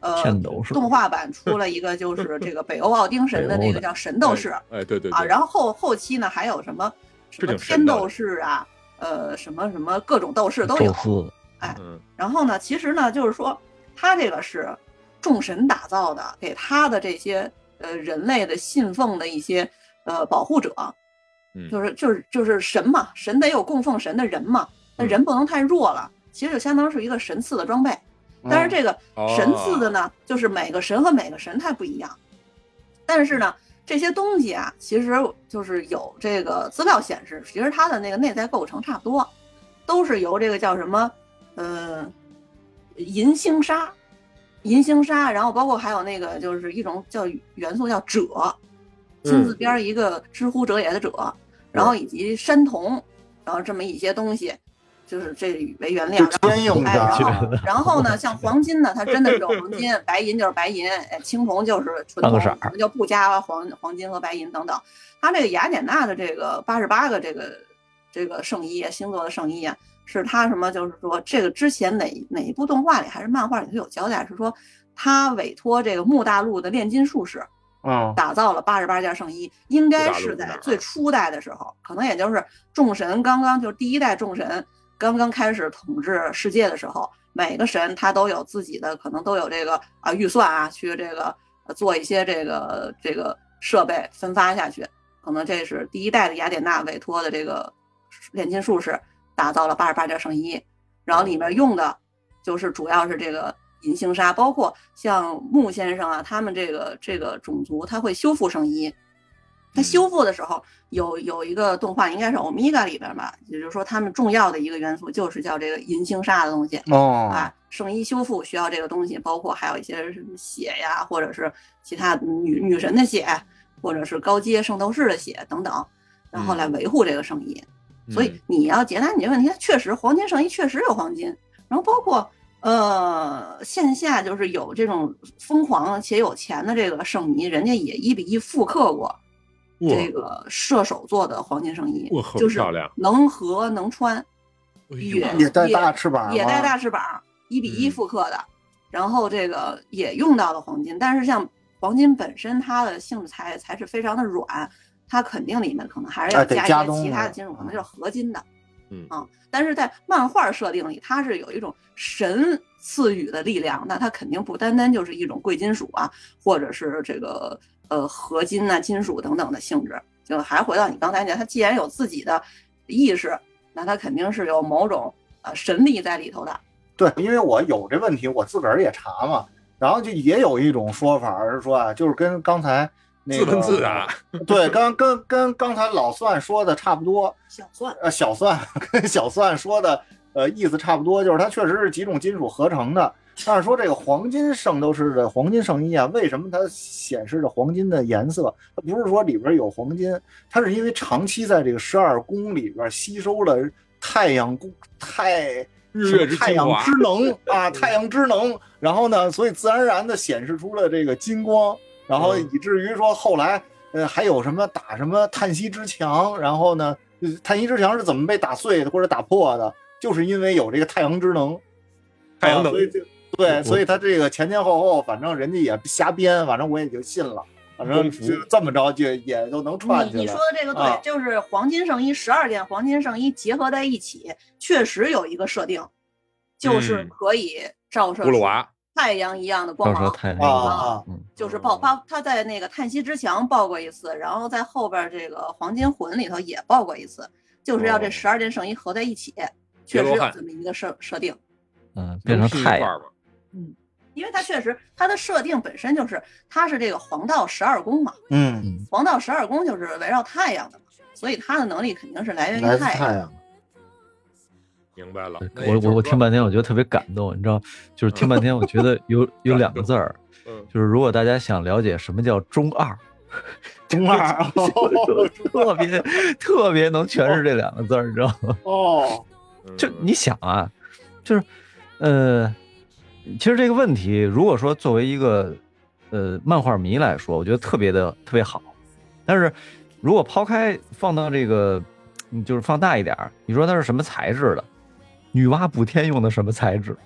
E: 呃
F: 天斗士
E: 动画版出了一个就是这个北欧奥丁神的那个叫神斗士，
D: 哎，哎对对对
E: 啊，然后后后期呢还有什么什么天斗士啊，呃什么什么各种斗士都有，哎，然后呢其实呢就是说他这个是众神打造的，给他的这些呃人类的信奉的一些呃保护者，就是就是就是神嘛，神得有供奉神的人嘛，那人不能太弱了，其实就相当是一个神赐的装备。但是这个神赐的呢，就是每个神和每个神态不一样。但是呢，这些东西啊，其实就是有这个资料显示，其实它的那个内在构成差不多，都是由这个叫什么，呃，银星沙，银星沙，然后包括还有那个就是一种叫元素叫赭，金字边一个知乎者也的赭，然后以及山铜，然后这么一些东西。就是这为原料，
C: 兼用的、
E: 哎。然后，然后呢，像黄金呢，它真的是有黄金；白银就是白银，哎，青铜就是纯铜，我们就不加黄黄金和白银等等。它这个雅典娜的这个八十八个这个这个圣衣，星座的圣衣啊，是它什么？就是说这个之前哪哪一部动画里还是漫画里头有交代，是说他委托这个木大陆的炼金术士。
C: 嗯，
E: 打造了八十八件圣衣，应该是在最初代的时候，可能也就是众神刚刚就是第一代众神刚刚开始统治世界的时候，每个神他都有自己的，可能都有这个啊预算啊，去这个做一些这个这个设备分发下去。可能这是第一代的雅典娜委托的这个炼金术士打造了八十八件圣衣，然后里面用的就是主要是这个银星沙，包括像木先生啊，他们这个这个种族他会修复圣衣。他修复的时候有有一个动画，应该是欧米伽里边吧，也就是说他们重要的一个元素就是叫这个银星沙的东西
C: 哦
E: 啊，圣衣修复需要这个东西，包括还有一些什么血呀，或者是其他女女神的血，或者是高阶圣斗士的血等等，然后来维护这个圣衣。嗯、所以你要解答你这问题，它确实黄金圣衣确实有黄金，然后包括呃线下就是有这种疯狂且有钱的这个圣迷，人家也一比一复刻过。这个射手座的黄金圣衣，就是能合能穿，
C: 也也带大翅膀，
E: 也带大翅膀，一比一复刻的。嗯、然后这个也用到了黄金，但是像黄金本身它的性质才才是非常的软，它肯定里面可能还是要加一些其他的金属，可能就是合金的。嗯啊，但是在漫画设定里，它是有一种神赐予的力量，那它肯定不单单就是一种贵金属啊，或者是这个。呃，合金啊、金属等等的性质，就还回到你刚才讲，它既然有自己的意识，那它肯定是有某种呃神力在里头的。
C: 对，因为我有这问题，我自个儿也查嘛，然后就也有一种说法是说啊，就是跟刚才那个
D: 自问自答，
C: 对，刚跟跟刚才老算说的差不多，
E: 小算
C: 呃小算跟小算说的呃意思差不多，就是它确实是几种金属合成的。但是说这个黄金圣斗士的黄金圣衣啊，为什么它显示着黄金的颜色？它不是说里边有黄金，它是因为长期在这个十二宫里边吸收了太阳宫太
D: 日月之
C: 太阳之能啊，太阳之能，然后呢，所以自然而然的显示出了这个金光，然后以至于说后来呃还有什么打什么叹息之墙，然后呢，叹息之墙是怎么被打碎的或者打破的？就是因为有这个太阳之能，
D: 太阳能。
C: 啊，所以就对，所以他这个前前后后，反正人家也瞎编，反正我也就信了，反正就这么着就也都能串起来。
E: 你你说的这个对，
C: 啊、
E: 就是黄金圣衣十二件黄金圣衣结合在一起，确实有一个设定，就是可以照射太阳一样的光芒。
F: 太阳
C: 啊，
E: 就是爆发，他在那个叹息之墙爆过一次，然后在后边这个黄金魂里头也爆过一次，就是要这十二件圣衣合在一起，确实有这么一个设设定。
F: 嗯，变成太阳。
E: 嗯，因为它确实它的设定本身就是它是这个黄道十二宫嘛，
C: 嗯，
E: 黄道十二宫就是围绕太阳的嘛，所以它的能力肯定是来源于
C: 来自
E: 太阳。
C: 太阳。
D: 明白了，
F: 我我我听半天，我觉得特别感动，你知道，就是听半天，我觉得有有两个字儿，就是如果大家想了解什么叫中二，
C: 中二，
F: 特别特别能诠释这两个字儿，你知道吗？
C: 哦，
F: 就你想啊，就是呃。其实这个问题，如果说作为一个呃漫画迷来说，我觉得特别的特别好。但是如果抛开放到这个，就是放大一点，你说它是什么材质的？女娲补天用的什么材质？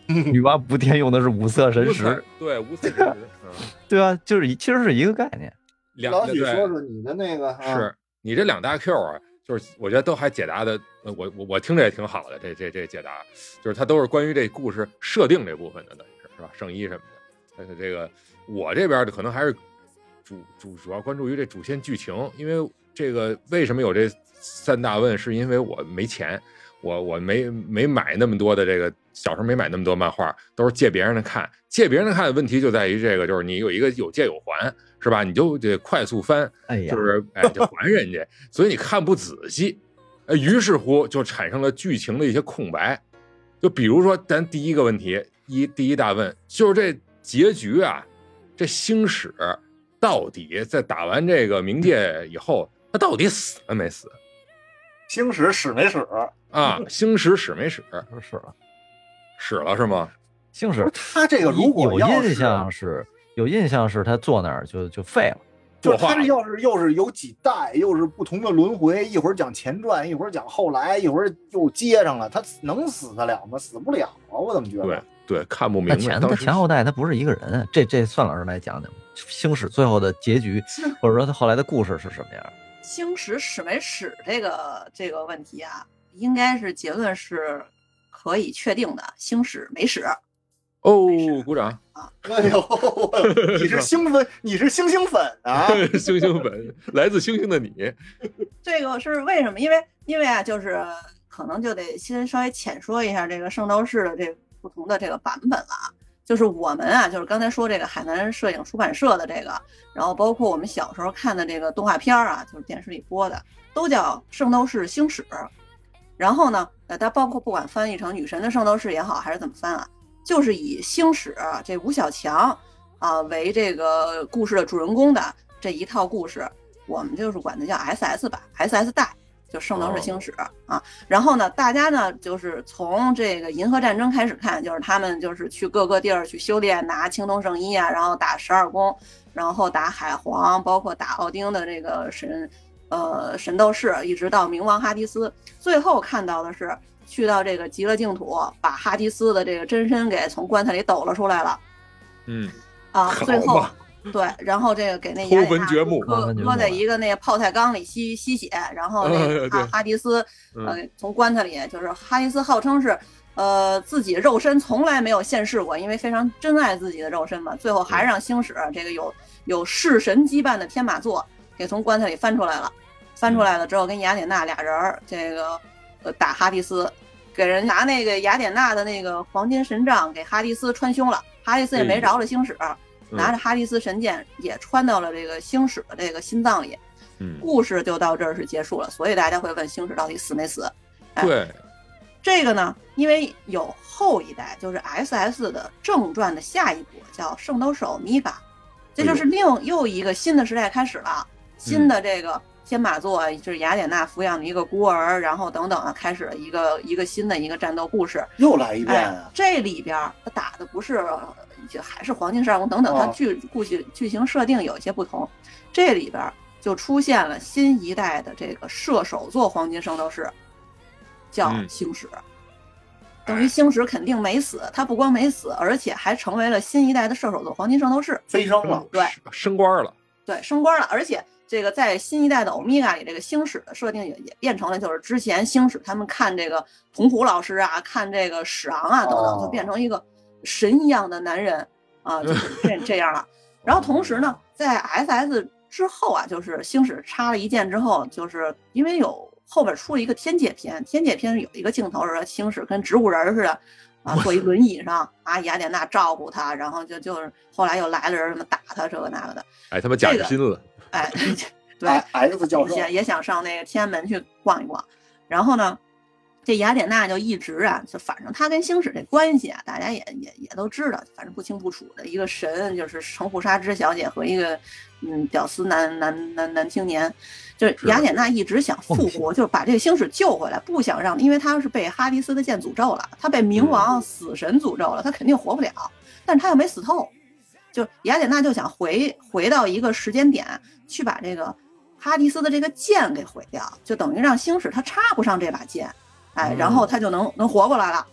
F: 女娲补天用的是五色神石，
D: 对，五色神石，嗯，
F: 对啊，就是其实是一个概念。
C: 老许说说你的那个，
D: 啊、是你这两大 Q 啊，就是我觉得都还解答的，我我我听着也挺好的，这这这解答，就是它都是关于这故事设定这部分的，等于是是吧？圣衣什么的，但是这个我这边的可能还是主主主要关注于这主线剧情，因为这个为什么有这三大问，是因为我没钱。我我没没买那么多的这个，小时候没买那么多漫画，都是借别人的看。借别人的看的问题就在于这个，就是你有一个有借有还，是吧？你就得快速翻，
F: 哎呀，
D: 就是哎就还人家，所以你看不仔细，哎，于是乎就产生了剧情的一些空白。就比如说咱第一个问题，一第一大问就是这结局啊，这星矢到底在打完这个冥界以后，他到底死了没死？
C: 星矢使没使
D: 啊？星矢使没使？
F: 使了，
D: 使了是吗？
F: 星矢
C: 他这个如果
F: 有印象是有印象是他坐那儿就就废了，
C: 就是他这要是又是有几代，又是不同的轮回，一会儿讲前传，一会儿讲后来，一会儿又接上了，他能死得了吗？死不了啊！我怎么觉得？
D: 对对，看不明白。
F: 前他前后代他不是一个人，这这算老师来讲讲星矢最后的结局，或者说他后来的故事是什么样？
E: 星矢使没使这个这个问题啊，应该是结论是可以确定的，星矢没使。
D: 哦，鼓掌
C: 啊！哎呦，你是星粉，你是星星粉啊！
D: 星星粉，来自星星的你。
E: 这个是为什么？因为因为啊，就是可能就得先稍微浅说一下这个圣斗士的这不同的这个版本了啊。就是我们啊，就是刚才说这个海南摄影出版社的这个，然后包括我们小时候看的这个动画片啊，就是电视里播的，都叫圣斗士星矢。然后呢，呃，它包括不管翻译成女神的圣斗士也好，还是怎么翻啊，就是以星矢这吴小强啊、呃、为这个故事的主人公的这一套故事，我们就是管它叫 S S 版 ，S S 代。就圣斗士星矢、哦、啊，然后呢，大家呢就是从这个银河战争开始看，就是他们就是去各个地儿去修炼，拿青铜圣衣啊，然后打十二宫，然后打海皇，包括打奥丁的这个神呃神斗士，一直到冥王哈迪斯，最后看到的是去到这个极乐净土，把哈迪斯的这个真身给从棺材里抖了出来了。
D: 嗯
E: 啊，最后。对，然后这个给那雅典娜搁搁在一个那个泡菜缸里吸吸血，然后那个哈哈迪斯呃从棺材里，就是哈迪斯号称是呃自己肉身从来没有现世过，因为非常珍爱自己的肉身嘛，最后还让星矢这个有有弑神羁绊的天马座给从棺材里翻出来了，翻出来了之后跟雅典娜俩人这个呃打哈迪斯，给人拿那个雅典娜的那个黄金神杖给哈迪斯穿胸了，哈迪斯也没饶了星矢。拿着哈迪斯神剑也穿到了这个星矢的这个心脏里，
D: 嗯，
E: 故事就到这儿是结束了。所以大家会问星矢到底死没死？
D: 哎、对，
E: 这个呢，因为有后一代，就是 S S 的正传的下一部叫《圣斗士欧米伽》，这就是另又一个新的时代开始了。新的这个天马座就是雅典娜抚养的一个孤儿，然后等等的开始了一个一个新的一个战斗故事。
C: 又来一遍啊！
E: 哎、这里边他打的不是。就还是黄金十二宫等等，它剧故事剧情设定有一些不同，这里边就出现了新一代的这个射手座黄金圣斗士，叫星矢，嗯、等于星矢肯定没死，他不光没死，而且还成为了新一代的射手座黄金圣斗士，
C: 飞升了，
E: 对，
D: 升官了，
E: 对，升官了，而且这个在新一代的欧米伽里，这个星矢的设定也也变成了，就是之前星矢他们看这个童虎老师啊，看这个史昂啊等等，就变成一个。神一样的男人啊，就是这这样了。然后同时呢，在 S S 之后啊，就是星矢插了一剑之后，就是因为有后边出了一个天界篇，天界篇有一个镜头是星矢跟植物人似的啊，坐一轮椅上啊，雅典娜照顾他，然后就就是后来又来了人什么打他这个那个的，
D: 哎，他妈假心了，
E: 哎，对
C: ，X 教授
E: 也也想上那个天安门去逛一逛，然后呢。这雅典娜就一直啊，就反正他跟星矢这关系啊，大家也也也都知道，反正不清不楚的一个神，就是城户纱织小姐和一个嗯屌丝男男男男青年，就是雅典娜一直想复活，就是把这个星矢救回来，不想让，因为他是被哈迪斯的剑诅咒了，他被冥王死神诅咒了，他肯定活不了，但是他又没死透，就雅典娜就想回回到一个时间点去把这个哈迪斯的这个剑给毁掉，就等于让星矢他插不上这把剑。哎，然后他就能能活过来了，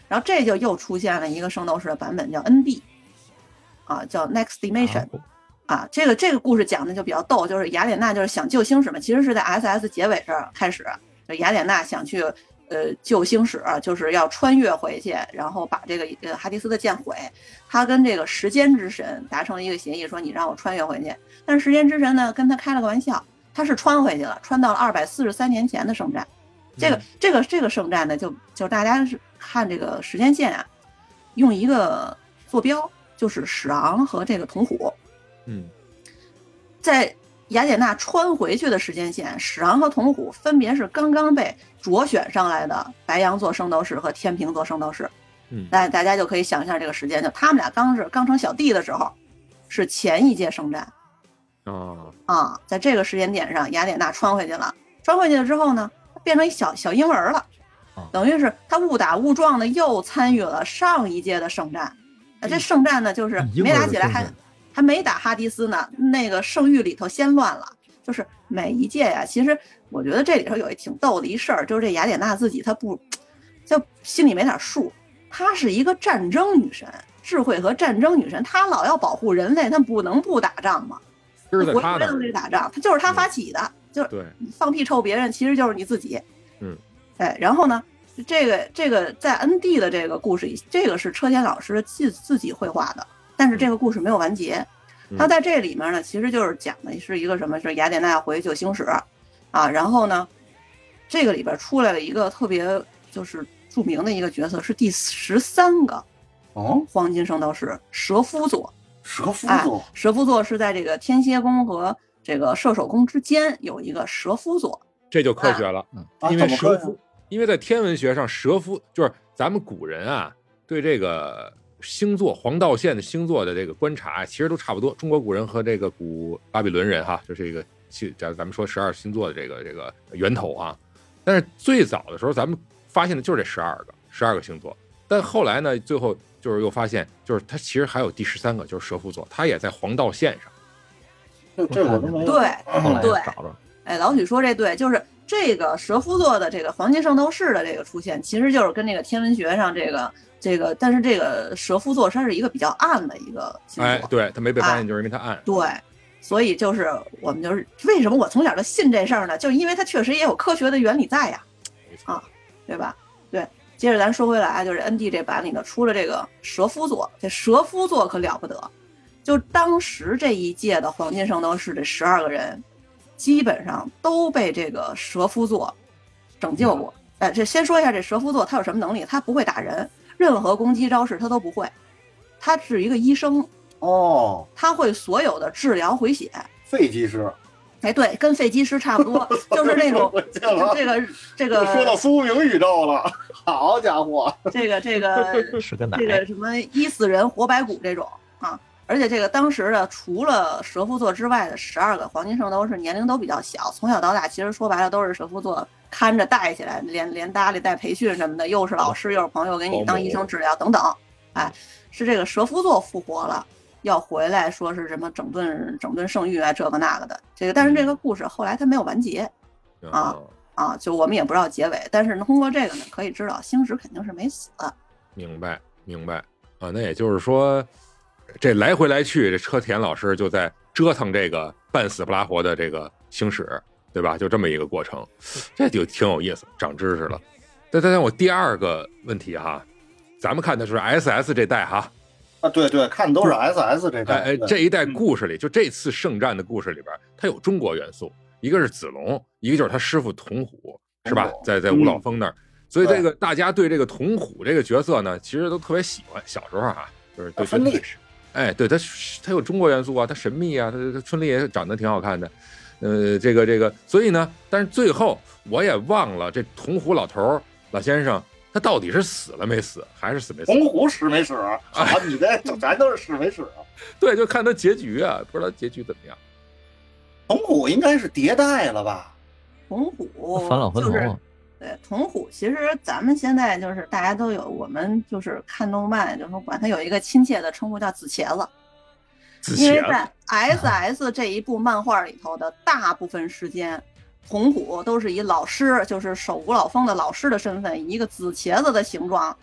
E: 然后这就又出现了一个圣斗士的版本，叫 N B， 啊，叫 Next Dimension， 啊，这个这个故事讲的就比较逗，就是雅典娜就是想救星矢嘛，其实是在 S S 结尾这儿开始，就雅典娜想去呃救星矢，就是要穿越回去，然后把这个呃哈迪斯的剑毁。他跟这个时间之神达成了一个协议，说你让我穿越回去，但是时间之神呢跟他开了个玩笑，他是穿回去了，穿到了二百四十三年前的圣战。这个这个这个圣战呢，就就大家是看这个时间线啊，用一个坐标，就是史昂和这个铜虎。
D: 嗯，
E: 在雅典娜穿回去的时间线，史昂和铜虎分别是刚刚被着选上来的白羊座圣斗士和天平座圣斗士。
D: 嗯，
E: 那大家就可以想象这个时间，就他们俩刚是刚成小弟的时候，是前一届圣战。
D: 哦，
E: 啊，在这个时间点上，雅典娜穿回去了，穿回去了之后呢，变成一小小婴儿了，等于是他误打误撞的又参与了上一届的圣战。啊，这圣战呢，就是没打起来还还没打哈迪斯呢，那个圣域里头先乱了。就是每一届呀，其实我觉得这里头有一挺逗的一事儿，就是这雅典娜自己她不就心里没点数，她是一个战争女神，智慧和战争女神，她老要保护人类，她不能不打仗嘛。
D: 是在他
E: 那儿打仗，他就是他发起的，嗯、就是
D: 对
E: 放屁臭别人，其实就是你自己。
D: 嗯，
E: 哎，然后呢，这个这个在 N D 的这个故事里，这个是车田老师自自己绘画的，但是这个故事没有完结。
D: 嗯、
E: 他在这里面呢，其实就是讲的是一个什么，是雅典娜回去救星矢啊，然后呢，这个里边出来了一个特别就是著名的一个角色，是第十三个
C: 哦
E: 黄金圣斗士蛇夫座。
C: 蛇夫座、
E: 哎，蛇夫座是在这个天蝎宫和这个射手宫之间有一个蛇夫座，
D: 这就科学了，
C: 啊、
D: 因为蛇夫，因为在天文学上，蛇夫就是咱们古人啊对这个星座黄道线的星座的这个观察，其实都差不多。中国古人和这个古巴比伦人哈，就是这个假如咱们说十二星座的这个这个源头啊，但是最早的时候咱们发现的就是这十二个十二个星座，但后来呢，最后。就是又发现，就是它其实还有第十三个，就是蛇夫座，它也在黄道线上。
C: 这这我都没有。
E: 对，对，
F: 找着。
E: 哎，老许说这对，就是这个蛇夫座的这个黄金圣斗士的这个出现，其实就是跟这个天文学上这个这个，但是这个蛇夫座它是一个比较暗的一个星座。
D: 哎，对，它没被发现，就是因为它暗。
E: 哎、对，所以就是我们就是为什么我从小就信这事儿呢？就是因为它确实也有科学的原理在呀，啊，对吧？对。接着咱说回来，就是 N D 这版里头出了这个蛇夫座，这蛇夫座可了不得，就当时这一届的黄金圣斗士这十二个人，基本上都被这个蛇夫座拯救过。哎，这先说一下这蛇夫座他有什么能力？他不会打人，任何攻击招式他都不会，他是一个医生
C: 哦，
E: 他会所有的治疗回血，
C: 废技师。
E: 哎，对，跟废机师差不多，就是那种这个这个。
C: 说到苏明宇宙了，好家伙，
E: 这个这个
F: 是个奶，
E: 这个什么医死人活白骨这种啊，而且这个当时的除了蛇夫座之外的十二个黄金圣斗士年龄都比较小，从小到大其实说白了都是蛇夫座看着带起来，连连搭理带培训什么的，又是老师又是朋友给你当医生治疗等等，哎，是这个蛇夫座复活了。要回来说是什么整顿整顿圣域啊，这个那个的，这个但是这个故事后来它没有完结，啊啊，就我们也不知道结尾，但是通过这个呢，可以知道星矢肯定是没死。
D: 明白明白啊，那也就是说，这来回来去，这车田老师就在折腾这个半死不拉活的这个星矢，对吧？就这么一个过程，这就挺有意思，长知识了。再再讲我第二个问题哈，咱们看的是 S S 这代哈。
C: 啊，对对，看的都是 S S 这代。
D: 哎，这一代故事里，就这次圣战的故事里边，它有中国元素，一个是子龙，一个就是他师傅铜虎，是吧？在在五老峰那儿，所以这个大家对这个铜虎这个角色呢，其实都特别喜欢。小时候啊，就是对
C: 春丽，
D: 哎，对他他有中国元素啊，他神秘啊，他他春丽也长得挺好看的，呃，这个这个，所以呢，但是最后我也忘了这铜虎老头老先生。他到底是死了没死，还是死没死？
C: 铜虎死没死啊？啊，你这咱都是死没死啊？
D: 对，就看他结局啊，不知道结局怎么样。
C: 铜虎应该是迭代了吧？
E: 铜虎
F: 返老还童、
E: 就是。对，铜虎其实咱们现在就是大家都有，我们就是看动漫，就是管它有一个亲切的称呼叫紫茄子。
D: 紫茄子。
E: 因为在 S S 这一部漫画里头的大部分时间。铜虎都是以老师，就是守五老峰的老师的身份，以一个紫茄子的形状，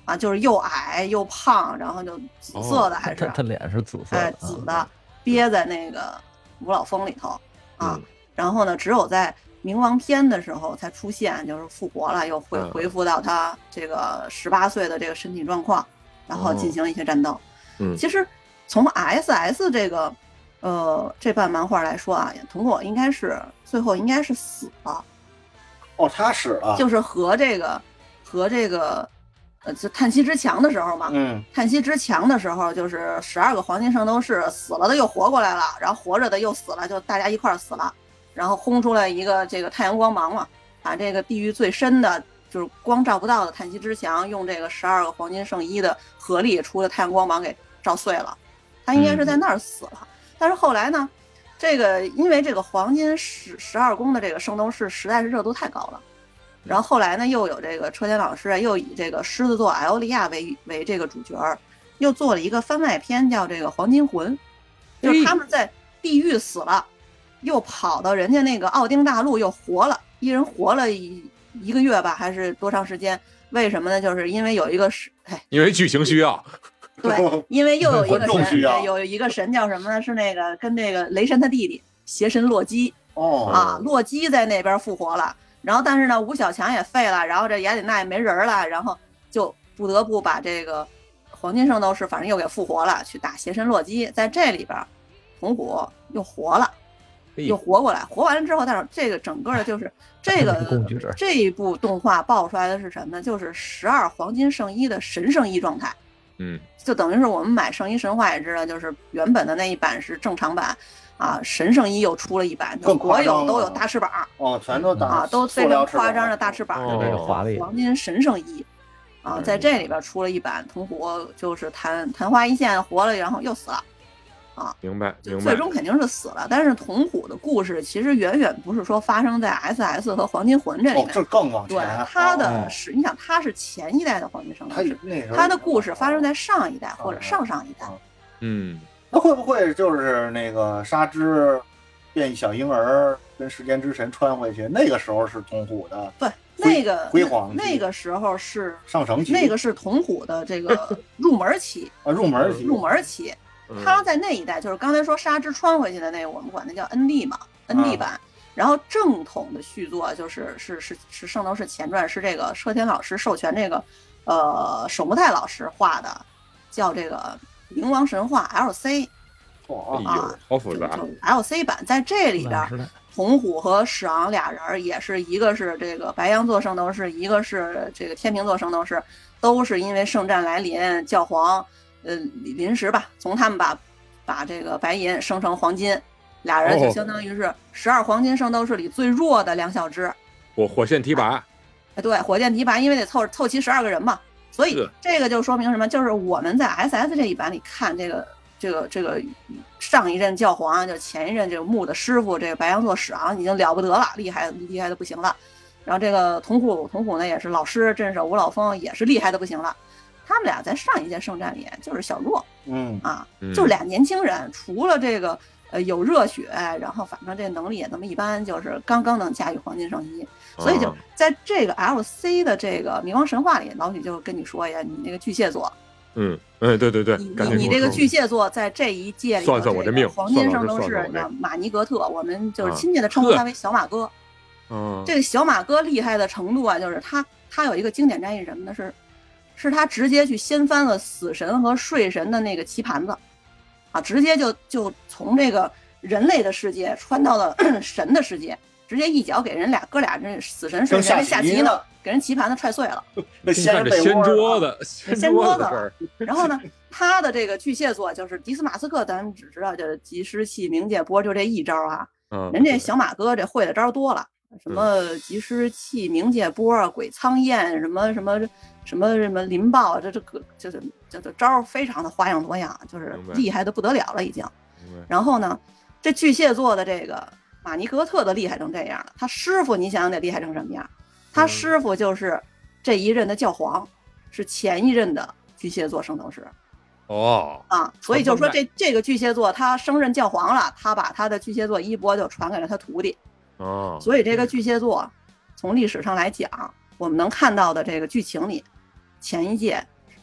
E: 啊，就是又矮又胖，然后就紫色的还是
F: 他他脸是紫色的，
E: 哎紫的，憋在那个五老峰里头啊。
D: 嗯、
E: 然后呢，只有在冥王篇的时候才出现，就是复活了，又恢恢复到他这个十八岁的这个身体状况，然后进行一些战斗。
D: 嗯，
E: 其实从 S S 这个呃这版漫画来说啊，铜火应该是最后应该是死了。
C: 哦，他死了，
E: 就是和这个和这个呃，就叹息之墙的时候嘛，
C: 嗯，
E: 叹息之墙的时候，就是十二个黄金圣斗士死了的又活过来了，然后活着的又死了，就大家一块儿死了，然后轰出来一个这个太阳光芒嘛，把这个地狱最深的，就是光照不到的叹息之墙，用这个十二个黄金圣衣的合力出的太阳光芒给照碎了，他应该是在那儿死了。嗯、但是后来呢，这个因为这个黄金十十二宫的这个圣斗士实在是热度太高了。然后后来呢，又有这个车田老师又以这个狮子座艾欧利亚为为这个主角，又做了一个番外篇，叫这个《黄金魂》，就是他们在地狱死了，又跑到人家那个奥丁大陆又活了，一人活了一一个月吧，还是多长时间？为什么呢？就是因为有一个是，哎，
D: 因为剧情需要。
E: 对，因为又有一个神，有一个神叫什么呢？是那个跟那个雷神他弟弟邪神洛基
C: 哦
E: 啊，洛基在那边复活了。然后，但是呢，吴小强也废了，然后这雅典娜也没人了，然后就不得不把这个黄金圣斗士反正又给复活了，去打邪神洛基。在这里边，铜虎又活了，又活过来，活完了之后，但是这个整个的就是这个这一部动画爆出来的是什么呢？就是十二黄金圣衣的神圣衣状态。
D: 嗯，
E: 就等于是我们买圣衣神话也知道，就是原本的那一版是正常版。啊，神圣衣又出了一版，就所有都有大翅膀
C: 哦，全都大
E: 啊，都非常夸张的大翅膀，
F: 这是华丽
E: 黄金神圣衣啊，在这里边出了一版，铜虎就是昙昙花一现活了，然后又死了啊，
D: 明白，明白，
E: 最终肯定是死了。但是铜虎的故事其实远远不是说发生在 S S 和黄金魂这里面，
C: 哦，这更往前。
E: 对，他的是，你想他是前一代的黄金圣斗士，他的故事发生在上一代或者上上一代，
D: 嗯。
C: 那会不会就是那个纱织变小婴儿跟时间之神穿回去？那个时候是铜虎的，
E: 对，那个
C: 辉煌，
E: 那个时候是
C: 上升期，
E: 那个是铜虎的这个入门期
C: 啊，入门期，
E: 入门期。他在那一代，就是刚才说纱织穿回去的那个，我们管它叫 N D 嘛 ，N D 版。然后正统的续作就是是是是圣斗士前传，是这个车田老师授权这个呃守木太老师画的，叫这个。冥王神话 L C，
D: 哦，啊，好复杂。
E: L C 版在这里边，铜虎和史昂俩人也是一个是这个白羊座圣斗士，一个是这个天秤座圣斗士，都是因为圣战来临，教皇呃临时吧，从他们把把这个白银生成黄金，俩人就相当于是十二黄金圣斗士里最弱的两小只。
D: 火火线提拔，
E: 哎，对，火箭提拔，因为得凑凑齐十二个人嘛。所以这个就说明什么？就是我们在 S S 这一版里看这个这个这个上一任教皇，就前一任这个木的师傅，这个白羊座史昂已经了不得了，厉害厉害的不行了。然后这个铜虎铜虎呢也是老师镇守五老峰，也是厉害的不行了。他们俩在上一届圣战里就是小弱，
C: 嗯
E: 啊，就俩年轻人，除了这个呃有热血，然后反正这能力也那么一般，就是刚刚能驾驭黄金圣衣。所以就在这个 L C 的这个冥王神话里，老许就跟你说呀，你那个巨蟹座，
D: 嗯，哎，对对对，
E: 你你这个巨蟹座在这一届里，
D: 算算我这命，
E: 黄金圣斗士叫马尼格特，我们就是亲切的称呼他为小马哥。
D: 嗯，
E: 这个小马哥厉害的程度啊，就是他他有一个经典战役什么呢？是是他直接去掀翻了死神和睡神的那个棋盘子，啊，直接就就从这个人类的世界穿到了神的世界。直接一脚给人俩哥俩这死神睡神下棋呢，给人棋盘子踹碎了。
C: 那掀
D: 掀桌子，
E: 掀桌子。然后呢，他的这个巨蟹座就是迪斯马斯克，咱们只知道就是及时器、冥界波，就这一招啊。
D: 嗯，
E: 人这小马哥这会的招多了，什么及时器、冥界波、鬼苍焰，什么什么什么什么林豹，这这个就是这这招非常的花样多样，就是厉害的不得了了已经。然后呢，这巨蟹座的这个。马尼格特的厉害成这样了，他师傅你想想得厉害成什么样？他师傅就是这一任的教皇，是前一任的巨蟹座圣斗士。
D: 哦，
E: 啊，所以就说这这个巨蟹座他升任教皇了，他把他的巨蟹座衣钵就传给了他徒弟。
D: 哦，
E: 所以这个巨蟹座从历史上来讲，我们能看到的这个剧情里，前一届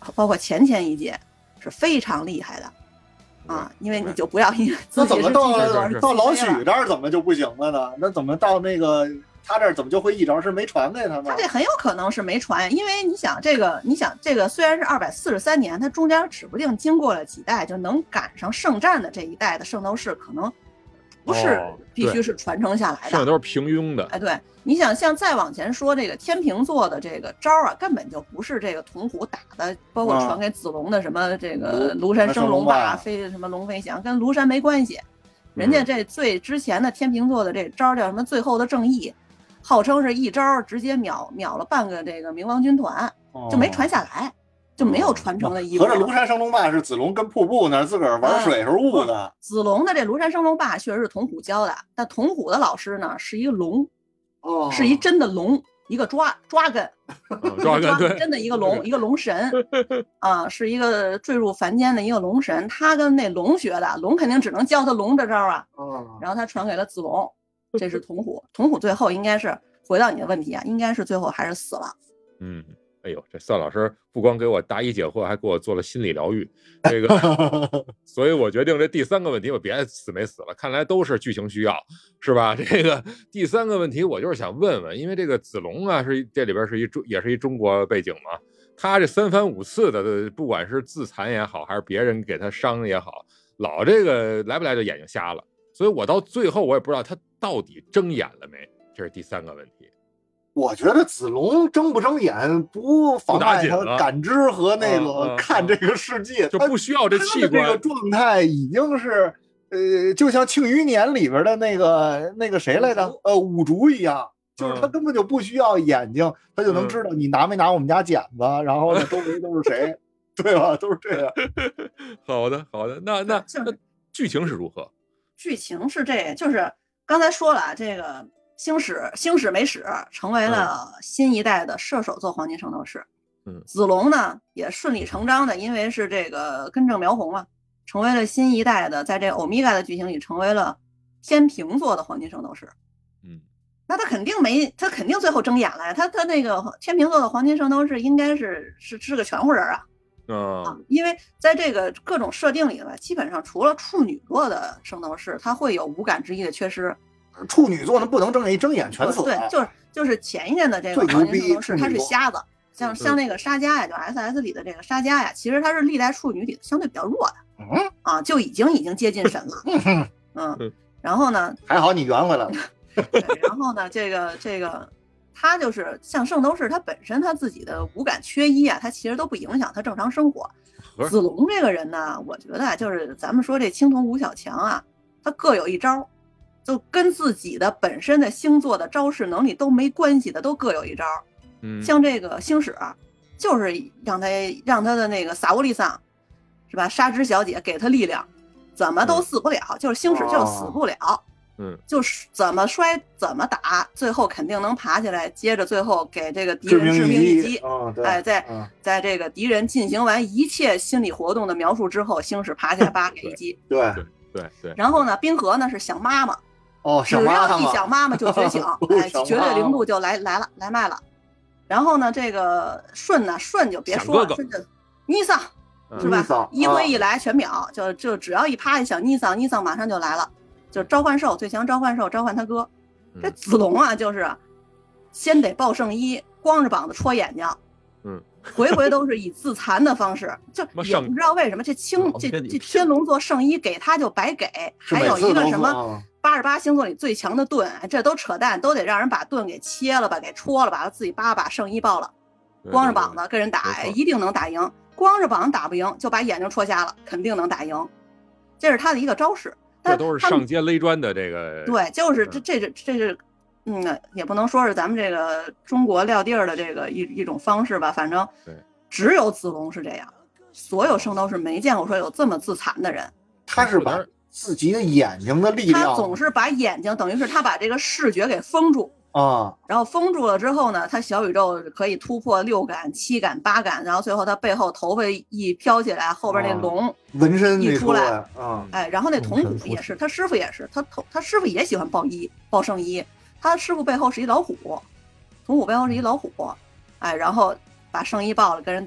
E: 包括前前一届是非常厉害的。啊，因为你就不要因为
C: 那怎么到
E: 到
C: 到老许这儿怎么就不行了呢？那怎么到那个他这儿怎么就会一招？是没传给他吗？
E: 他这很有可能是没传，因为你想这个，你想这个虽然是二百四十三年，它中间指不定经过了几代，就能赶上圣战的这一代的圣斗士，可能不是必须是传承下来的，
D: 剩下都是平庸的。
E: 哎，对，你想像再往前说，这个天平座的这个招啊，根本就不是这个铜虎打的，包括传给子龙的什么这个庐山升龙霸、飞什么龙飞翔，跟庐山没关系。人家这最之前的天平座的这招叫什么？最后的正义，号称是一招直接秒秒了半个这个冥王军团，就没传下来。就没有传承的衣服。
C: 合着庐山升龙霸是子龙跟瀑布那儿自个儿玩水时候悟的。
E: 子龙的这庐山升龙霸确实是铜虎教的，但铜虎的老师呢是一个龙，
C: 哦，
E: 是一真的龙，一个抓抓根，
D: 抓根对，
E: 真的一个龙，一个龙神啊，是一个坠入凡间的一个龙神。他跟那龙学的，龙肯定只能教他龙这招啊，然后他传给了子龙，这是铜虎。铜虎最后应该是回到你的问题啊，应该是最后还是死了。
D: 嗯。哎呦，这算老师不光给我答疑解惑，还给我做了心理疗愈。这个，所以我决定这第三个问题我别死没死了，看来都是剧情需要，是吧？这个第三个问题我就是想问问，因为这个子龙啊，是这里边是一中也是一中国背景嘛，他这三番五次的，不管是自残也好，还是别人给他伤也好，老这个来不来就眼睛瞎了，所以我到最后我也不知道他到底睁眼了没，这是第三个问题。
C: 我觉得子龙睁不睁眼不妨碍他感知和那个看这个世界，
D: 就不需要这器官。
C: 这个状态已经是，呃，就像《庆余年》里边的那个那个谁来着，呃，五竹一样，就是他根本就不需要眼睛，他就能知道你拿没拿我们家剪子，然后呢，周围都是谁，对吧？都是这样。
D: 好的，好的，那那那剧情是如何？
E: 剧情是这，就是刚才说了这个。星矢星矢美矢成为了新一代的射手座黄金圣斗士，
D: 嗯，
E: 子龙呢也顺理成章的，因为是这个根正苗红嘛，成为了新一代的，在这欧米伽的剧情里成为了天平座的黄金圣斗士，
D: 嗯，
E: 那他肯定没，他肯定最后睁眼了，他他那个天平座的黄金圣斗士应该是是是个全乎人啊，
D: 嗯、
E: 啊，因为在这个各种设定里吧，基本上除了处女座的圣斗士，他会有五感之一的缺失。
C: 处女座呢不能睁眼，睁眼全死。
E: 对，就是就是前一任的这个黄金圣斗士，他是瞎子，像像那个沙加呀，就 S S 里的这个沙加呀，其实他是历代处女里相对比较弱的，
C: 嗯
E: 啊，就已经已经接近神了，嗯，然后呢，
C: 还好你圆回来了，
E: 然后呢，这个这个他就是像圣斗士，他本身他自己的五感缺一啊，他其实都不影响他正常生活。子龙这个人呢，我觉得就是咱们说这青铜吴小强啊，他各有一招。就跟自己的本身的星座的招式能力都没关系的，都各有一招。
D: 嗯，
E: 像这个星矢，就是让他让他的那个萨乌利桑，是吧？纱织小姐给他力量，怎么都死不了，嗯、就是星矢就死不了。
D: 嗯，
E: 就是怎么摔怎么打，最后肯定能爬起来，接着最后给这个敌人致命一击。
C: 哦、
E: 哎，在、嗯、在这个敌人进行完一切心理活动的描述之后，星矢爬起来，叭给一击。
C: 对
D: 对对。
E: 然后呢，冰河呢是想妈妈。
C: 哦，
E: 只要一想妈妈就觉醒，哎，绝对零度就来来了来麦了。然后呢，这个顺呢，顺就别说了，顺就尼桑是吧？一挥一来全秒，就就只要一趴一想尼桑，尼桑马上就来了，就召唤兽最强召唤兽召唤他哥。这子龙啊，就是先得抱圣衣，光着膀子戳眼睛，
D: 嗯，
E: 回回都是以自残的方式，就也不知道为什么这青这这天龙座圣衣给他就白给，还有一个什么。八十八星座里最强的盾，这都扯淡，都得让人把盾给切了吧，给戳了吧，自己叭把圣衣爆了，光着膀子跟人打，一定能打赢。光着膀子打不赢，就把眼睛戳瞎了，肯定能打赢。这是他的一个招式。
D: 这都是上街勒砖的这个。
E: 对，就是这这是这是，嗯，也不能说是咱们这个中国撂地儿的这个一一种方式吧，反正只有子龙是这样，所有圣斗士没见过说有这么自残的人。
C: 他是把自己的眼睛的力量，
E: 他总是把眼睛，等于是他把这个视觉给封住
C: 啊，
E: 然后封住了之后呢，他小宇宙可以突破六感、七感、八感，然后最后他背后头发一飘起来，后边那龙
C: 纹身
E: 一出来
C: 啊，
E: 哎，然后那铜虎也是，他师傅也是，他头他师傅也喜欢抱衣抱圣衣，他师傅背后是一老虎，铜虎背后是一老虎，哎，然后把圣衣抱了跟人打，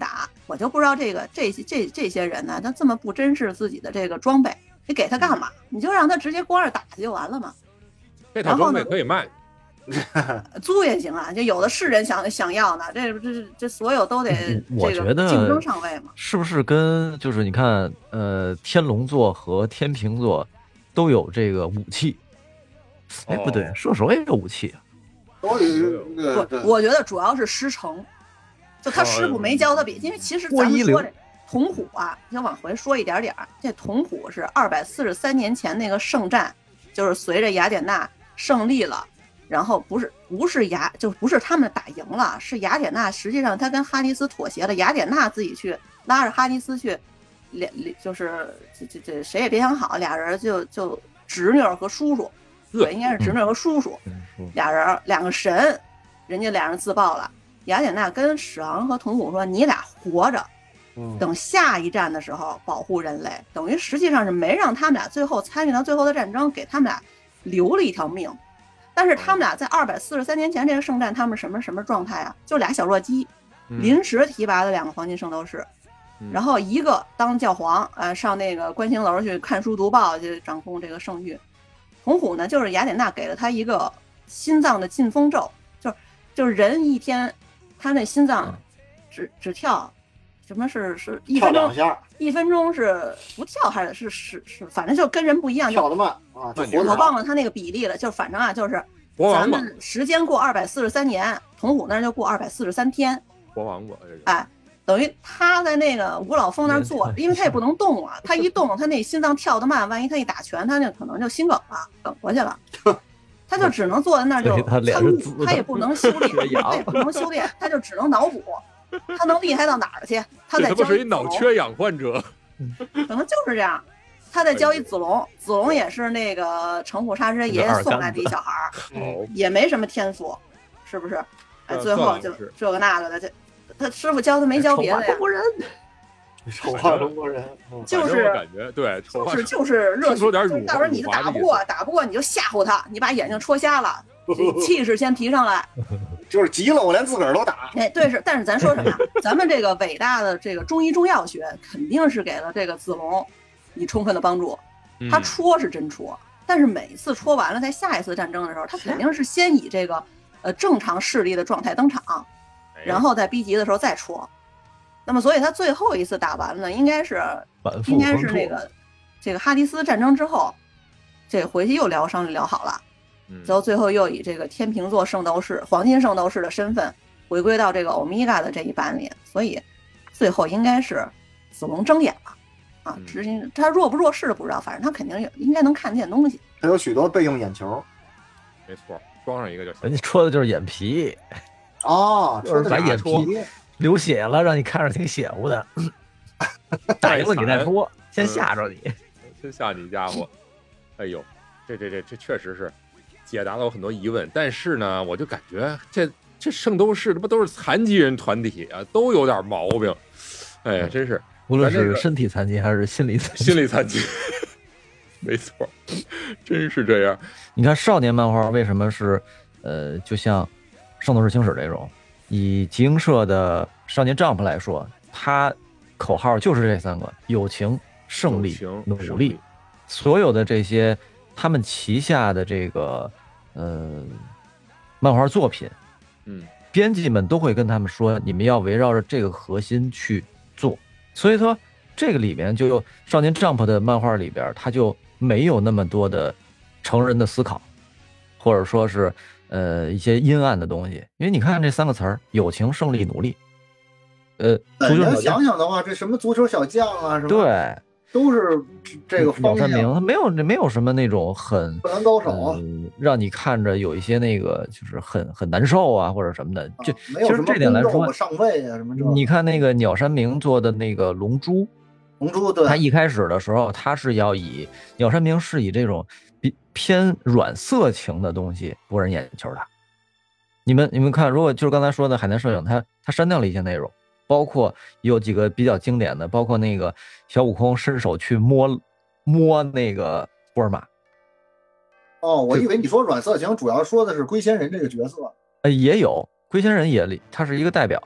E: 我就不知道这个这这这些人呢，他这么不珍视自己的这个装备，你给他干嘛？你就让他直接光着打他就完了嘛。
D: 这套装备可以卖，
E: 租也行啊，就有的是人想想要呢，这这这所有都得
F: 我觉得
E: 竞争上位嘛。
F: 是不是跟就是你看，呃，天龙座和天平座都有这个武器？哎，不对，射手也有武器啊。
C: 所以，
E: 我我觉得主要是师承，就他师傅没教他比，因为其实咱们说这铜虎啊，就往回说一点点儿，这铜虎是二百四十三年前那个圣战，就是随着雅典娜胜利了。然后不是不是雅就不是他们打赢了，是雅典娜实际上他跟哈迪斯妥协了，雅典娜自己去拉着哈迪斯去，两就是这这这谁也别想好，俩人就就侄女和叔叔，对，应该是侄女和叔叔，俩人两个神，人家俩人自爆了。雅典娜跟史昂和铜虎说：“你俩活着，等下一战的时候保护人类。”等于实际上是没让他们俩最后参与到最后的战争，给他们俩留了一条命。但是他们俩在二百四十三年前这个圣战，他们什么什么状态啊？就俩小弱鸡，临时提拔的两个黄金圣斗士，然后一个当教皇，呃，上那个观星楼去看书读报，就掌控这个圣域。铜虎呢，就是雅典娜给了他一个心脏的禁风咒，就是就是人一天，他那心脏只只跳，什么是是一分钟，一分钟是不跳还是是是是，反正就跟人不一样，
C: 跳得慢啊。
E: 我忘了他那个比例了，就反正啊，就是咱们时间过二百四十三年，铜虎那就过二百四十三天。
D: 国王过，
E: 哎，等于他在那个五老峰那坐，因为他也不能动啊，他一动，他那心脏跳得慢，万一他一打拳，他那可能就心梗了，梗过去了。他就只能坐在那儿就参悟，他也不能修炼，他也不能修炼，他就只能脑补。他能厉害到哪儿去？他在教
D: 是一脑缺氧患者，
E: 可能就是这样。他在教一子龙，子龙也是那个城虎杀师爷爷送来的一小孩儿，也没什么天赋，是不是？哎，最后就这个那个的，这他师傅教他没教别的呀。
C: 中国人，丑化中国人，
E: 就是
D: 感觉对，
E: 就是就是热血，到时候你打不过，打不过你就吓唬他，你把眼睛戳瞎了，气势先提上来。
C: 就是急了，我连自个儿都打。
E: 哎，对，是，但是咱说什么呀？咱们这个伟大的这个中医中药学肯定是给了这个子龙以充分的帮助。他戳是真戳，但是每次戳完了，在下一次战争的时候，他肯定是先以这个呃正常势力的状态登场，然后在逼急的时候再戳。那么，所以他最后一次打完了，应该是应该是那个这个哈迪斯战争之后，这回去又疗伤就疗好了。然后最后又以这个天秤座圣斗士、黄金圣斗士的身份回归到这个欧米伽的这一版里，所以最后应该是子龙睁眼了啊！至于他弱不弱势不知道，反正他肯定有应该能看见东西。
C: 他有许多备用眼球，
D: 没错，装上一个就行。
F: 人家戳的就是眼皮
C: 哦，
F: 就是把眼皮流血了，让你看着挺血乎的。打赢了你再戳，先吓着你，
D: 先吓你家伙！哎呦，这这这这确实是。解答了我很多疑问，但是呢，我就感觉这这圣斗士他妈都是残疾人团体啊，都有点毛病。哎呀，真是，
F: 无论是身体残疾还是心理残疾，
D: 心理残疾，没错，真是这样。
F: 你看少年漫画为什么是呃，就像《圣斗士星矢》这种，以集英社的少年 Jump 来说，它口号就是这三个：友情、胜利、努力。所有的这些。他们旗下的这个呃漫画作品，
D: 嗯，
F: 编辑们都会跟他们说，你们要围绕着这个核心去做。所以说，这个里面就少年 Jump 的漫画里边，它就没有那么多的成人的思考，或者说是呃一些阴暗的东西。因为你看这三个词儿：友情、胜利、努力。呃，
C: 足球小想想的话，这什么足球小将啊，什么
F: 对。
C: 都是这个方向，
F: 他没有没有什么那种很
C: 灌篮高手、啊
F: 嗯，让你看着有一些那个就是很很难受啊或者什么的。就、啊、
C: 没有什么
F: 这点来说，
C: 上位啊什么这。
F: 你看那个鸟山明做的那个龙珠，
C: 龙珠对，
F: 他一开始的时候他是要以鸟山明是以这种比偏软色情的东西博人眼球的。你们你们看，如果就是刚才说的海南摄影，他他删掉了一些内容。包括有几个比较经典的，包括那个小悟空伸手去摸摸那个波尔玛。
C: 哦，我以为你说软色情主要说的是龟仙人这个角色。
F: 呃，也有龟仙人也他是一个代表，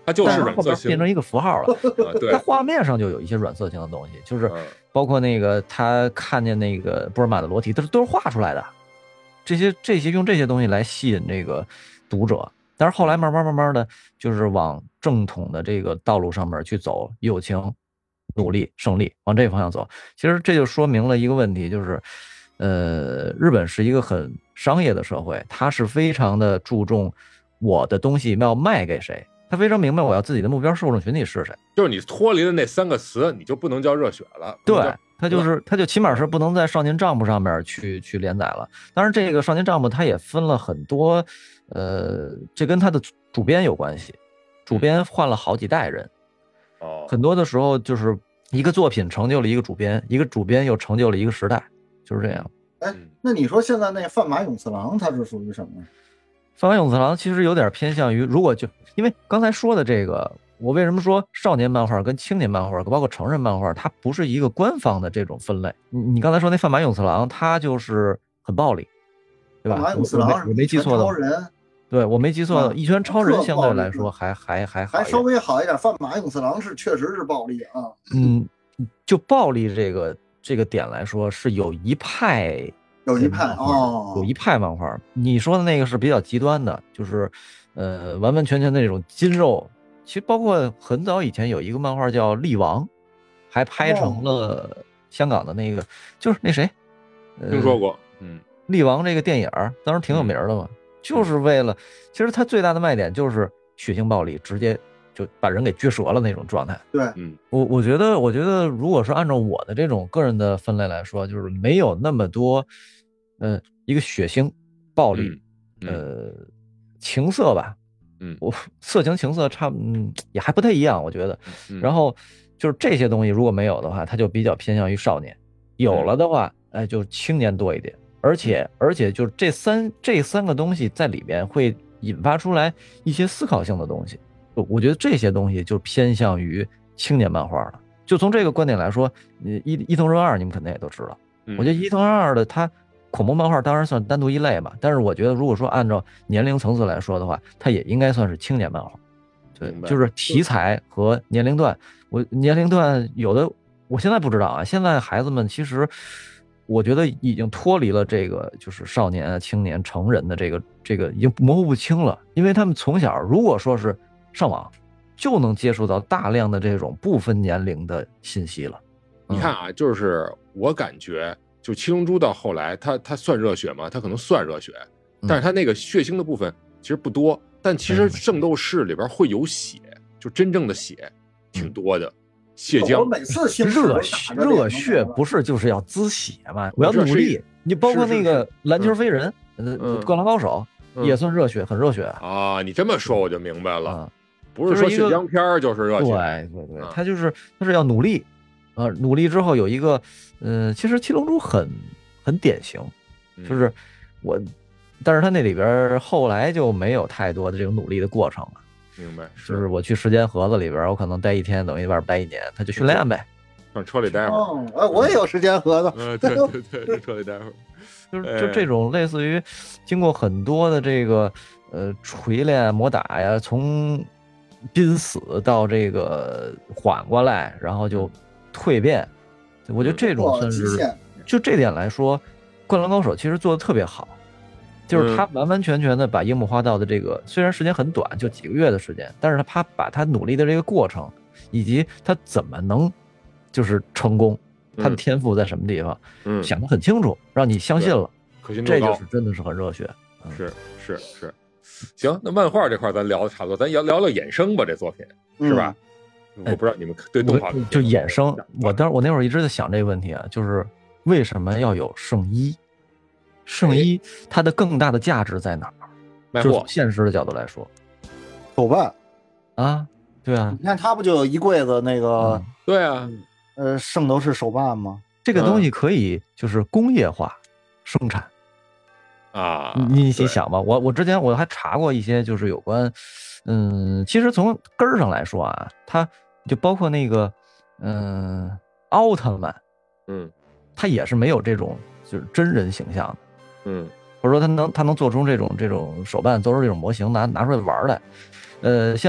D: 它就是
F: 但是后
D: 软色情
F: 边变成一个符号了。
D: 啊，对
F: 它，画面上就有一些软色情的东西，就是
D: 嗯
F: 包括那个他看见那个波尔玛的裸体，都是都是画出来的。这些这些用这些东西来吸引这个读者，但是后来慢慢慢慢的就是往正统的这个道路上面去走，友情、努力、胜利，往这个方向走。其实这就说明了一个问题，就是呃，日本是一个很商业的社会，它是非常的注重我的东西要卖给谁，他非常明白我要自己的目标受众群体是谁。
D: 就是你脱离了那三个词，你就不能叫热血了。不能
F: 对
D: 叫，
F: 他就是他就起码是不能在少年丈夫上面去去连载了。当然，这个少年丈夫他也分了很多，呃，这跟他的主编有关系，主编换了好几代人，
D: 哦，
F: 很多的时候就是一个作品成就了一个主编，一个主编又成就了一个时代，就是这样。
C: 哎，那你说现在那范马永次郎他是属于什么？
F: 范马永次郎其实有点偏向于，如果就因为刚才说的这个，我为什么说少年漫画跟青年漫画，包括成人漫画，它不是一个官方的这种分类。你你刚才说那范马永次郎，他就是很暴力，对吧？
C: 范马永次郎
F: 我没记错的，
C: 超人，
F: 对我没记错的，
C: 嗯
F: 一拳超人相对来说还还还好一点，
C: 还稍微好一点。范马永次郎是确实是暴力啊。
F: 嗯，就暴力这个这个点来说，是有一派。
C: 有一派哦，
F: 有一派漫画，你说的那个是比较极端的，就是，呃，完完全全的那种筋肉。其实包括很早以前有一个漫画叫《力王》，还拍成了香港的那个，就是那谁，
D: 听说过，嗯，
F: 力王这个电影当时挺有名的嘛，就是为了，其实它最大的卖点就是血腥暴力，直接就把人给撅折了那种状态。
C: 对，
D: 嗯，
F: 我我觉得，我觉得如果是按照我的这种个人的分类来说，就是没有那么多。呃，一个血腥、暴力，
D: 嗯嗯、
F: 呃，情色吧，
D: 嗯，
F: 我色情情色差，嗯，也还不太一样，我觉得。
D: 嗯、
F: 然后就是这些东西如果没有的话，它就比较偏向于少年；有了的话，哎，就青年多一点。而且而且就是这三这三个东西在里边会引发出来一些思考性的东西，我觉得这些东西就偏向于青年漫画了。就从这个观点来说，伊伊藤润二你们肯定也都知道，
D: 嗯、
F: 我觉得伊藤润二的他。恐怖漫画当然算单独一类嘛，但是我觉得如果说按照年龄层次来说的话，它也应该算是青年漫画。对，就是题材和年龄段，我年龄段有的我现在不知道啊，现在孩子们其实我觉得已经脱离了这个就是少年啊、青年、成人的这个这个已经模糊不清了，因为他们从小如果说是上网，就能接触到大量的这种不分年龄的信息了。
D: 你看啊，就是我感觉。就七龙珠到后来，它它算热血吗？它可能算热血，但是它那个血腥的部分其实不多。但其实圣斗士里边会有血，就真正的血挺多的。血浆，
C: 我每次新
F: 热血热血不是就是要滋血吗？我要努力。你包括那个篮球飞人、呃，灌篮高手也算热血，很热血
D: 啊。你这么说我就明白了，不
F: 是
D: 说血浆片就是热血。
F: 对对对，他就是他是要努力。呃，努力之后有一个，呃，其实七龙珠很很典型，就是我，但是他那里边后来就没有太多的这种努力的过程了。
D: 明白，
F: 就是我去时间盒子里边，我可能待一天，等于外边待一年，他就训练呗，
D: 上车里待会儿。
C: 哦，哎，我也有时间盒子。
D: 呃，对对对，车里待会儿。
F: 就是就这种类似于经过很多的这个呃锤炼磨打呀，从濒死到这个缓过来，然后就。蜕变，我觉得这种算是就这点来说，《灌篮高手》其实做的特别好，就是他完完全全的把樱木花道的这个虽然时间很短，就几个月的时间，但是他把他努力的这个过程，以及他怎么能就是成功，他的天赋在什么地方，
D: 嗯，
F: 想得很清楚，让你相信了，这
D: 可信度高，
F: 就是真的是很热血。
D: 是是是，行，那漫画这块咱聊的差不多，咱聊聊聊衍生吧，这作品是吧？我不知道你们对动画
F: 就衍生，我当时我那会儿一直在想这个问题啊，就是为什么要有圣衣？圣衣它的更大的价值在哪儿？
D: 卖货，
F: 就是从现实的角度来说，
C: 手办
F: 啊，对啊，
C: 你看他不就有一柜子那个，
F: 嗯、
D: 对啊，
C: 呃，圣斗士手办吗？
F: 这个东西可以就是工业化生产
D: 啊，
F: 你你想吧，我我之前我还查过一些，就是有关，嗯，其实从根儿上来说啊，它。就包括那个，嗯、呃，奥特曼，
D: 嗯，
F: 他也是没有这种就是真人形象的，
D: 嗯，
F: 或者说他能他能做出这种这种手办，做出这种模型拿拿出来玩来，呃，像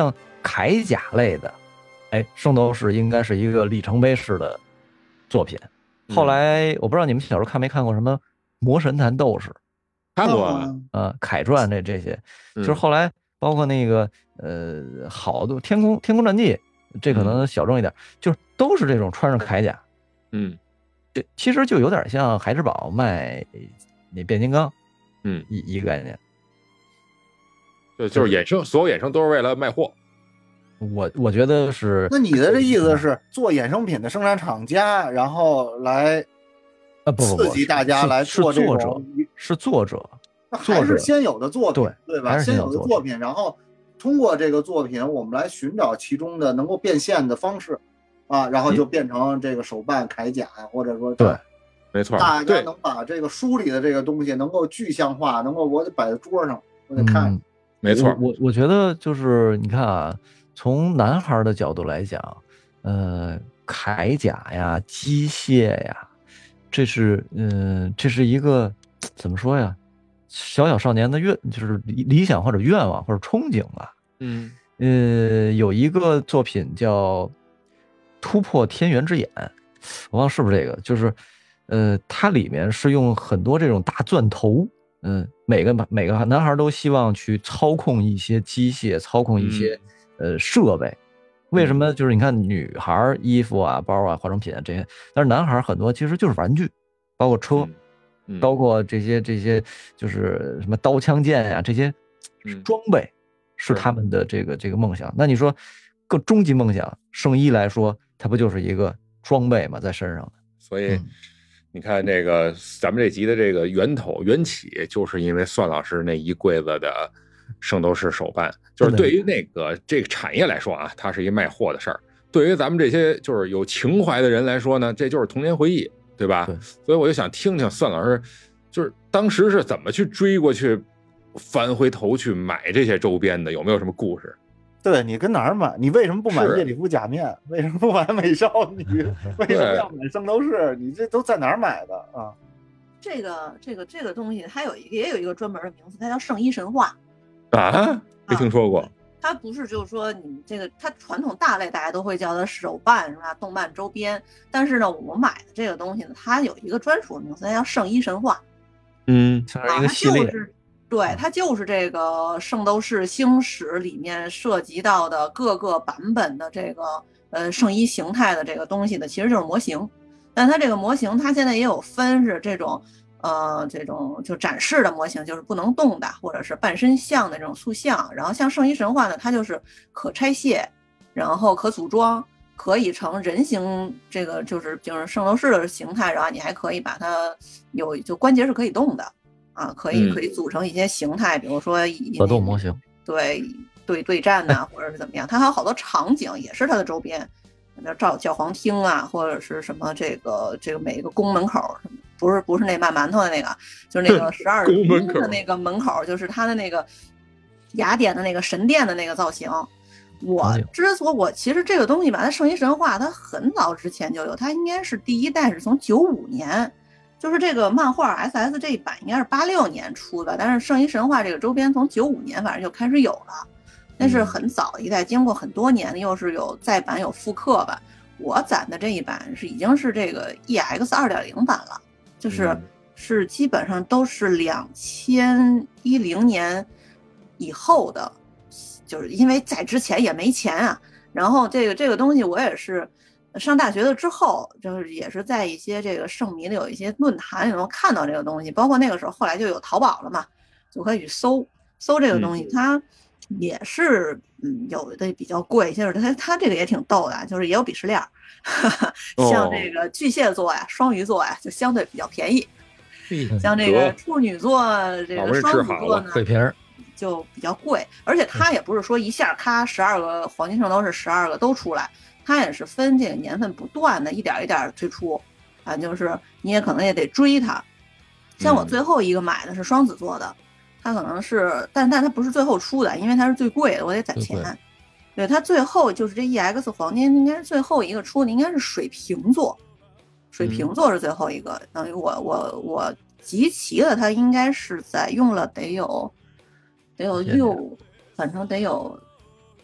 F: 铠甲类的，哎，圣斗士应该是一个里程碑式的作品。后来我不知道你们小时候看没看过什么《魔神坛斗士》，
D: 看过啊，
F: 呃，铠传这这些，就是后来包括那个呃，好多天空天空战记，这可能小众一点，就是都是这种穿上铠甲，
D: 嗯，
F: 这其实就有点像孩之宝卖那变形金刚，
D: 嗯，
F: 一一个概念。
D: 就就是衍生，所有衍生都是为了卖货。
F: 我我觉得是。
C: 那你的这意思是做衍生品的生产厂家，然后来
F: 啊不不不
C: 刺激大家来做这种，
F: 是作者，
C: 那还是先有的作品，
F: 对
C: 对吧？先有的作品，然后通过这个作品，我们来寻找其中的能够变现的方式啊，然后就变成这个手办、铠甲，或者说
F: 对，
D: 没错，
C: 大家能把这个书里的这个东西能够具象化，能够我得摆在桌上，我得看。
F: 嗯
D: 没错，
F: 我我觉得就是你看啊，从男孩的角度来讲，呃，铠甲呀、机械呀，这是嗯、呃，这是一个怎么说呀？小小少年的愿，就是理理想或者愿望或者憧憬吧。
D: 嗯，
F: 呃，有一个作品叫《突破天元之眼》，我忘了是不是这个，就是呃，它里面是用很多这种大钻头。嗯，每个每个男孩都希望去操控一些机械，操控一些、嗯、呃设备。为什么？就是你看女孩衣服啊、包啊、化妆品啊这些，但是男孩很多其实就是玩具，包括车，
D: 嗯、
F: 包括这些这些就是什么刀枪剑呀、啊、这些装备，是他们的这个这个梦想。那你说，更终极梦想，圣衣来说，它不就是一个装备嘛，在身上的？
D: 所以。嗯，你看这个咱们这集的这个源头缘起，就是因为算老师那一柜子的圣斗士手办，就是对于那个这个产业来说啊，它是一卖货的事儿；对于咱们这些就是有情怀的人来说呢，这就是童年回忆，对吧？对，所以我就想听听算老师，就是当时是怎么去追过去，翻回头去买这些周边的，有没有什么故事？
C: 对，你跟哪儿买？你为什么不买夜礼服假面？为什么不买美少女？为什么要买圣斗士？你这都在哪儿买的啊？
E: 这个这个这个东西，它有一个也有一个专门的名字，它叫圣衣神话
D: 啊，没听说过。
E: 啊、它不是就是说你这个，它传统大类大家都会叫它手办是吧？动漫周边，但是呢，我买的这个东西呢，它有一个专属的名字，它叫圣衣神话。
F: 嗯，像是一个系列。
E: 啊对，它就是这个《圣斗士星矢》里面涉及到的各个版本的这个呃圣衣形态的这个东西的，其实就是模型。但它这个模型，它现在也有分是这种呃这种就展示的模型，就是不能动的，或者是半身像的这种塑像。然后像圣衣神话呢，它就是可拆卸，然后可组装，可以成人形，这个就是就是圣斗士的形态，然后你还可以把它有就关节是可以动的。啊，可以可以组成一些形态，嗯、比如说
F: 合动模型，
E: 对对对战呐、啊，或者是怎么样，它还有好多场景也是它的周边，那教教皇厅啊，或者是什么这个这个每个宫门口，不是不是那卖馒头的那个，就是那个十二宫的那个门口，就是它的那个雅典的那个神殿的那个造型。我之所我其实这个东西吧，它圣衣神话它很早之前就有，它应该是第一代是从九五年。就是这个漫画 S S 这一版应该是八六年出的，但是圣衣神话这个周边从九五年反正就开始有了，那是很早的一代，经过很多年又是有再版有复刻吧。我攒的这一版是已经是这个 E X 二点零 版了，就是是基本上都是两千一零年以后的，就是因为在之前也没钱啊。然后这个这个东西我也是。上大学了之后，就是也是在一些这个圣迷的有一些论坛，能看到这个东西，包括那个时候后来就有淘宝了嘛，就可以去搜搜这个东西。嗯、它也是嗯有的比较贵，就是它它这个也挺逗的，就是也有鄙视链，像这个巨蟹座呀、双鱼座呀，就相对比较便宜，哦、像这个处女座、这个双子座呢，
F: 贵皮儿
E: 就比较贵，而且它也不是说一下咔十二个黄金圣斗士十二个都出来。它也是分这个年份不断的一点一点推出，啊，就是你也可能也得追它。像我最后一个买的是双子座的，它可能是，但但它不是最后出的，因为它是最贵的，我得攒钱。对，它最后就是这 E X 黄金应该是最后一个出的，应该是水瓶座，水瓶座是最后一个。等于我我我集齐了，它应该是在用了得有得有六，反正得有。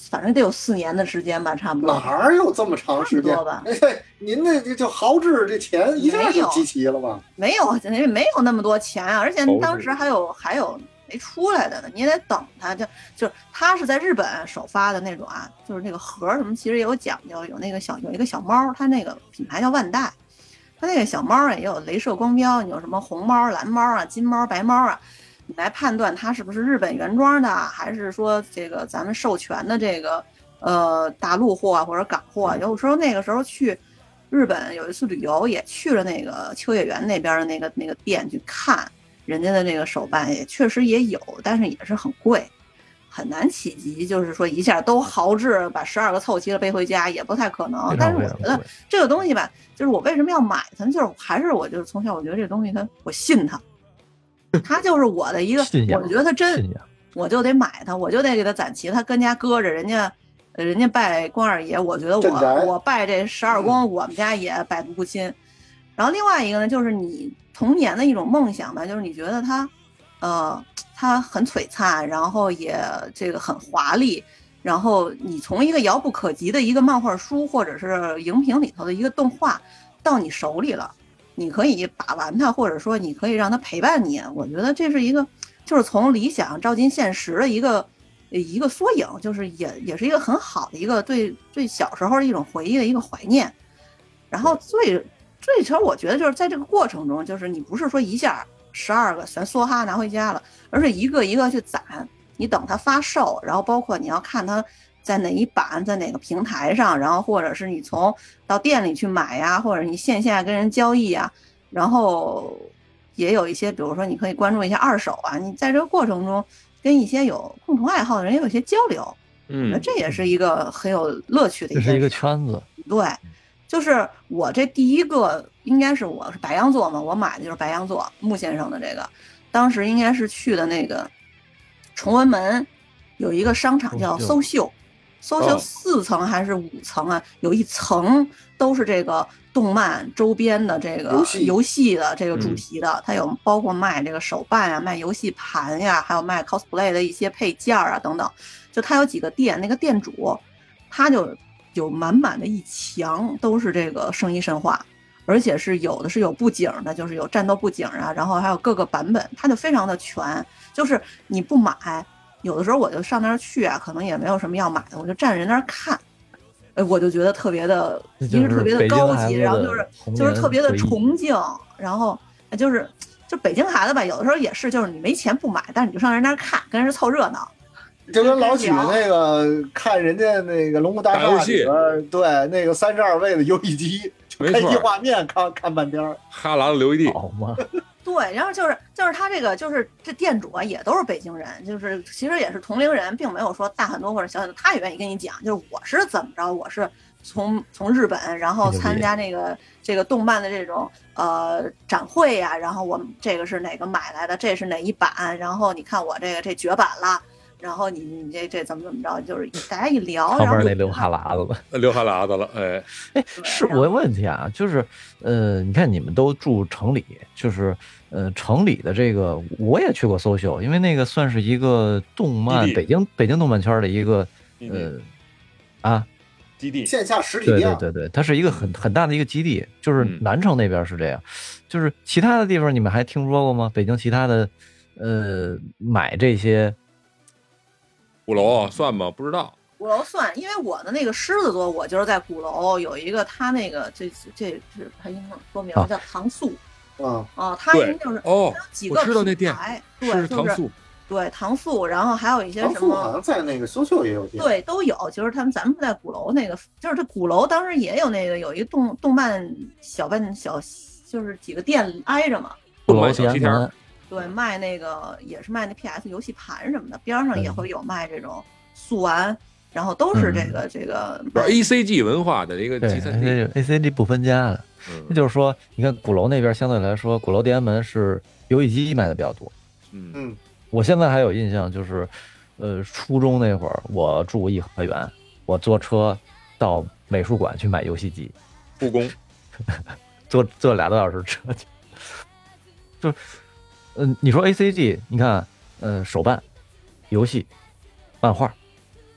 E: 反正得有四年的时间吧，差不多。
C: 哪儿有这么长时间
E: 吧？
C: 哎，您这这就豪掷这钱一下就集齐了吗？
E: 没有，没有没有那么多钱啊，而且当时还有还有没出来的呢，你也得等它。就就是它是在日本首发的那种啊，就是那个盒什么其实也有讲究，有那个小有一个小猫，它那个品牌叫万代，它那个小猫也有镭射光标，你有什么红猫、蓝猫啊、金猫、白猫啊。你来判断它是不是日本原装的，还是说这个咱们授权的这个呃大陆货啊或者港货。有时候那个时候去日本有一次旅游，也去了那个秋叶原那边的那个那个店去看人家的这个手办，也确实也有，但是也是很贵，很难企及，就是说一下都豪掷把十二个凑齐了背回家也不太可能。但是我觉得这个东西吧，就是我为什么要买它，就是还是我就是从小我觉得这东西它我信它。他就是我的一个，我觉得他真，我就得买它，我就得给他攒齐。他跟家搁着，人家，人家拜关二爷，我觉得我我拜这十二宫，我们家也百毒不侵。然后另外一个呢，就是你童年的一种梦想吧，就是你觉得它，呃，它很璀璨，然后也这个很华丽，然后你从一个遥不可及的一个漫画书或者是荧屏里头的一个动画到你手里了。你可以把玩它，或者说你可以让它陪伴你。我觉得这是一个，就是从理想照进现实的一个一个缩影，就是也也是一个很好的一个对对小时候的一种回忆的一个怀念。然后最最其实我觉得就是在这个过程中，就是你不是说一下十二个全梭哈拿回家了，而是一个一个去攒。你等它发售，然后包括你要看它在哪一版，在哪个平台上，然后或者是你从到店里去买呀，或者你线下跟人交易呀，然后也有一些，比如说你可以关注一下二手啊，你在这个过程中跟一些有共同爱好的人也有一些交流，嗯，这也是一个很有乐趣的一个，
F: 这是一个圈子。
E: 对，就是我这第一个应该是我是白羊座嘛，我买的就是白羊座穆先生的这个，当时应该是去的那个崇文门有一个商场叫搜秀。搜秀四层还是五层啊？有一层都是这个动漫周边的这个游戏的这个主题的，它有包括卖这个手办啊，卖游戏盘呀，还有卖 cosplay 的一些配件啊等等。就它有几个店，那个店主他就有满满的一墙都是这个圣衣神话，而且是有的是有布景的，就是有战斗布景啊，然后还有各个版本，它就非常的全。就是你不买。有的时候我就上那儿去啊，可能也没有什么要买的，我就站人那儿看，哎，我就觉得特别的，一是特别的高级，然后就是就是特别的崇敬，然后就是就北京孩子吧，有的时候也是，就是你没钱不买，但是你就上人那儿看，跟人凑热闹。
C: 就跟老许那个看人家那个龙湖大厦里边，对那个三十二位的游戏机，就开机画面看看半天，
D: 哈喇子流一地，
F: 好吗？
E: 对，然后就是就是他这个就是这店主啊，也都是北京人，就是其实也是同龄人，并没有说大很多或者小很多，他也愿意跟你讲，就是我是怎么着，我是从从日本，然后参加那个这个动漫的这种呃展会呀、啊，然后我们这个是哪个买来的，这是哪一版，然后你看我这个这绝版了。然后你你这这怎么怎么着，就是大家一聊，
F: 旁边那流哈喇子了，
D: 流哈喇子了，哎
F: 哎，是我有问题啊，就是呃，你看你们都住城里，就是呃城里的这个我也去过搜秀，因为那个算是一个动漫北京北京动漫圈的一个呃啊
D: 基地，
C: 线下实体
F: 店，对对对对，它是一个很很大的一个基地，就是南城那边是这样，就是其他的地方你们还听说过吗？北京其他的呃买这些。
D: 鼓楼算吗？不知道。
E: 鼓楼算，因为我的那个狮子座，我就是在鼓楼有一个，他那个这这是他英文说明叫糖素，
C: 啊
E: 啊，他应该就是
D: 哦，
E: 几个
D: 知道那店，
E: 对，
D: 是糖素，
E: 对糖素，然后还有一些什么，
C: 好像在那个搜秀也有店，
E: 对，都有。就是他们咱们在鼓楼那个，就是这鼓楼当时也有那个有一动动漫小半小，就是几个店挨着嘛，
D: 动漫小西天。
E: 对，卖那个也是卖那 P S 游戏盘什么的，边上也会有卖这种素玩，然后都是这个、嗯、这个
D: A C G 文化的一个集散地
F: ，A C G 不分家的。嗯、那就是说，你看鼓楼那边相对来说，鼓楼天安门是游戏机卖的比较多。
D: 嗯
C: 嗯，
F: 我现在还有印象，就是呃初中那会儿，我住颐和园，我坐车到美术馆去买游戏机，
D: 故宫，
F: 坐坐俩多小时车去，就。嗯，你说 A C G， 你看，呃，手办、游戏、漫画，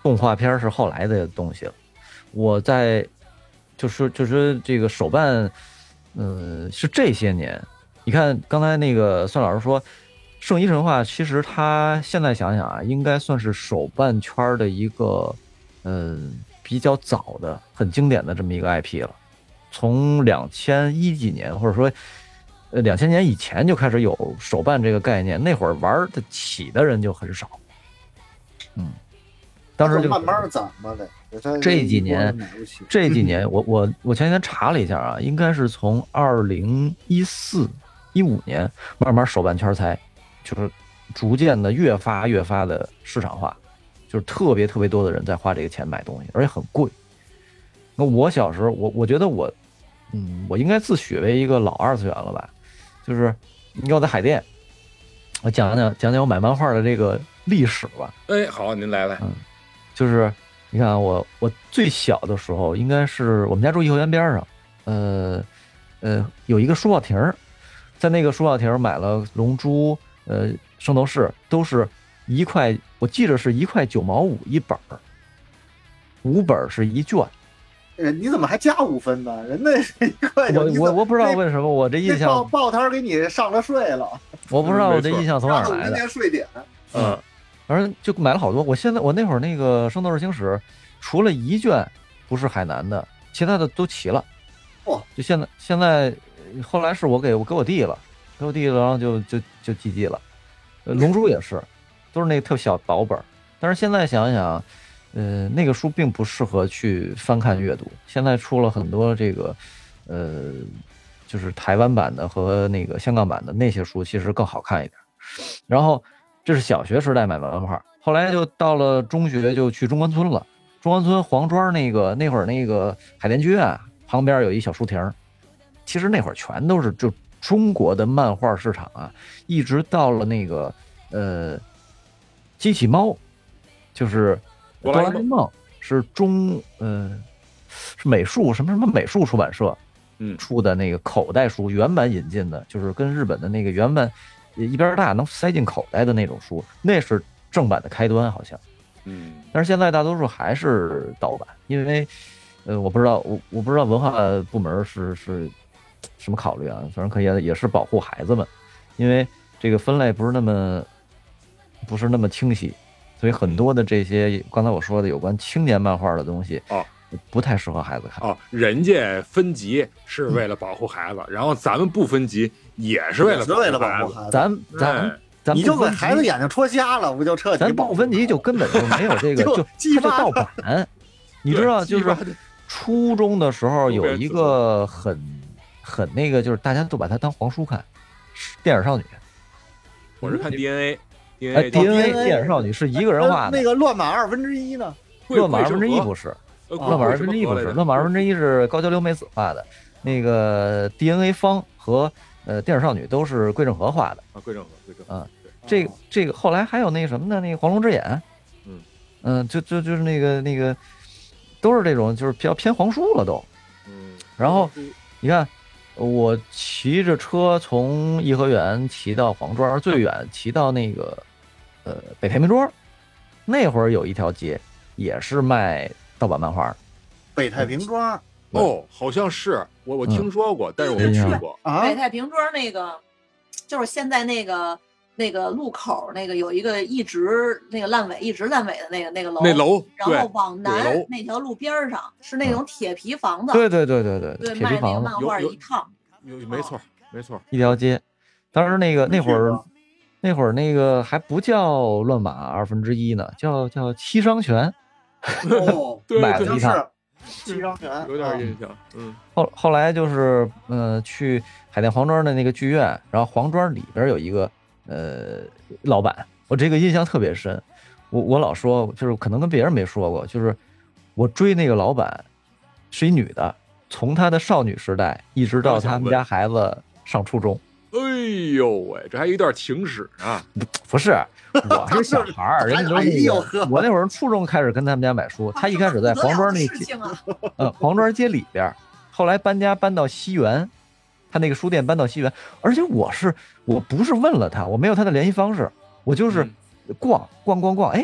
F: 动画片是后来的东西了。我在就是就是这个手办，嗯、呃，是这些年。你看刚才那个孙老师说，圣衣神话其实他现在想想啊，应该算是手办圈的一个嗯、呃、比较早的、很经典的这么一个 I P 了。从两千一几年，或者说呃两千年以前就开始有手办这个概念，那会儿玩得起的人就很少。嗯，当时就
C: 慢慢攒嘛的。
F: 这几年，这几年，我我我前几天查了一下啊，应该是从二零一四一五年慢慢手办圈才就是逐渐的越发越发的市场化，就是特别特别多的人在花这个钱买东西，而且很贵。那我小时候，我我觉得我，嗯，我应该自诩为一个老二次元了吧？就是你给我在海淀，我讲讲讲讲我买漫画的这个历史吧。
D: 哎，好，您来来。
F: 嗯，就是你看我我最小的时候，应该是我们家住颐和园边上，呃呃，有一个书报亭，在那个书报亭买了《龙珠》呃《圣斗士》，都是一块，我记着是一块九毛五一本儿，五本是一卷。
C: 呃，你怎么还加五分呢？人那是一块
F: 我我我不知道为什么我这印象
C: 报报摊给你上了税了，
F: 我不知道我这印象从哪来的。
C: 年税点，
F: 嗯，反正就买了好多。我现在我那会儿那个《圣斗士星矢》，除了一卷不是海南的，其他的都齐了。
C: 哇！
F: 就现在现在后来是我给我给我弟了，给我弟了，然后就就就寄寄了。呃，龙珠也是，都是那个特小薄本。但是现在想想。呃，那个书并不适合去翻看阅读。现在出了很多这个，呃，就是台湾版的和那个香港版的那些书，其实更好看一点。然后这是小学时代买漫画，后来就到了中学就去中关村了。中关村黄庄那个那会儿那个海淀剧院旁边有一小书亭，其实那会儿全都是就中国的漫画市场啊，一直到了那个呃机器猫，就是。哆啦 A 梦是中呃是美术什么什么美术出版社
D: 嗯
F: 出的那个口袋书，原版引进的，就是跟日本的那个原版一边大能塞进口袋的那种书，那是正版的开端好像。
D: 嗯，
F: 但是现在大多数还是盗版，因为呃我不知道我我不知道文化部门是是什么考虑啊，反正可以也是保护孩子们，因为这个分类不是那么不是那么清晰。所以很多的这些刚才我说的有关青年漫画的东西
D: 哦，
F: 不太适合孩子看
D: 哦。人家分级是为了保护孩子，嗯、然后咱们不分级也是为了
C: 为了保护孩子。
F: 咱咱咱
C: 你就给孩子眼睛戳瞎了，不就彻底？
F: 咱不分级就根本就没有这个，就
C: 就
F: 盗版。你知道，就是初中的时候有一个很很那个，就是大家都把它当黄书看，电影少女。
D: 我是看 D N A。
F: 哎 ，D N A 电影少女是一个人画的。
C: 那个乱码二分之一呢？
F: 乱码二分之一不是，乱码二分之一不是，乱码二分之一是高桥留美子画的。那个 D N A 方和呃电影少女都是桂正和画的。
D: 啊，桂正和，桂正和。
F: 啊，这个这个后来还有那个什么呢？那个黄龙之眼。
D: 嗯
F: 嗯，就就就是那个那个，都是这种就是比较偏黄书了都。
D: 嗯。
F: 然后你看。我骑着车从颐和园骑到黄庄，最远骑到那个呃北太平庄，那会儿有一条街也是卖盗版漫画。
C: 北太平庄
D: 哦，好像是我我听说过，嗯、但是我没去过。
C: 啊，
E: 北太平庄那个就是现在那个那个路口那个有一个一直那个烂尾一直烂尾的那个那个楼，
D: 那楼，
E: 然后往南那条路边上是那种铁皮房子，
F: 对对对对对，
E: 对，
F: 铁皮房子，
E: 卖那个漫画一套，
D: 有有没错没错，
F: 一条街。当时那个那会儿那会儿那个还不叫乱码二分之一呢，叫叫七伤拳。
C: 哦，
F: 买了一套
C: 七伤拳，
D: 有点印象。嗯，
F: 后后来就是呃去海淀黄庄的那个剧院，然后黄庄里边有一个。呃，老板，我这个印象特别深。我我老说，就是可能跟别人没说过，就是我追那个老板是一女的，从她的少女时代一直到他们家孩子上初中。
D: 哎呦喂，这还有一段情史啊！
F: 不是，我是小孩儿，人家都是我那会儿初中开始跟他们家买书，他一开始在黄庄那街，呃，黄庄街里边，后来搬家搬到西园。他那个书店搬到西园，而且我是我不是问了他，我没有他的联系方式，我就是逛逛逛逛，哎，又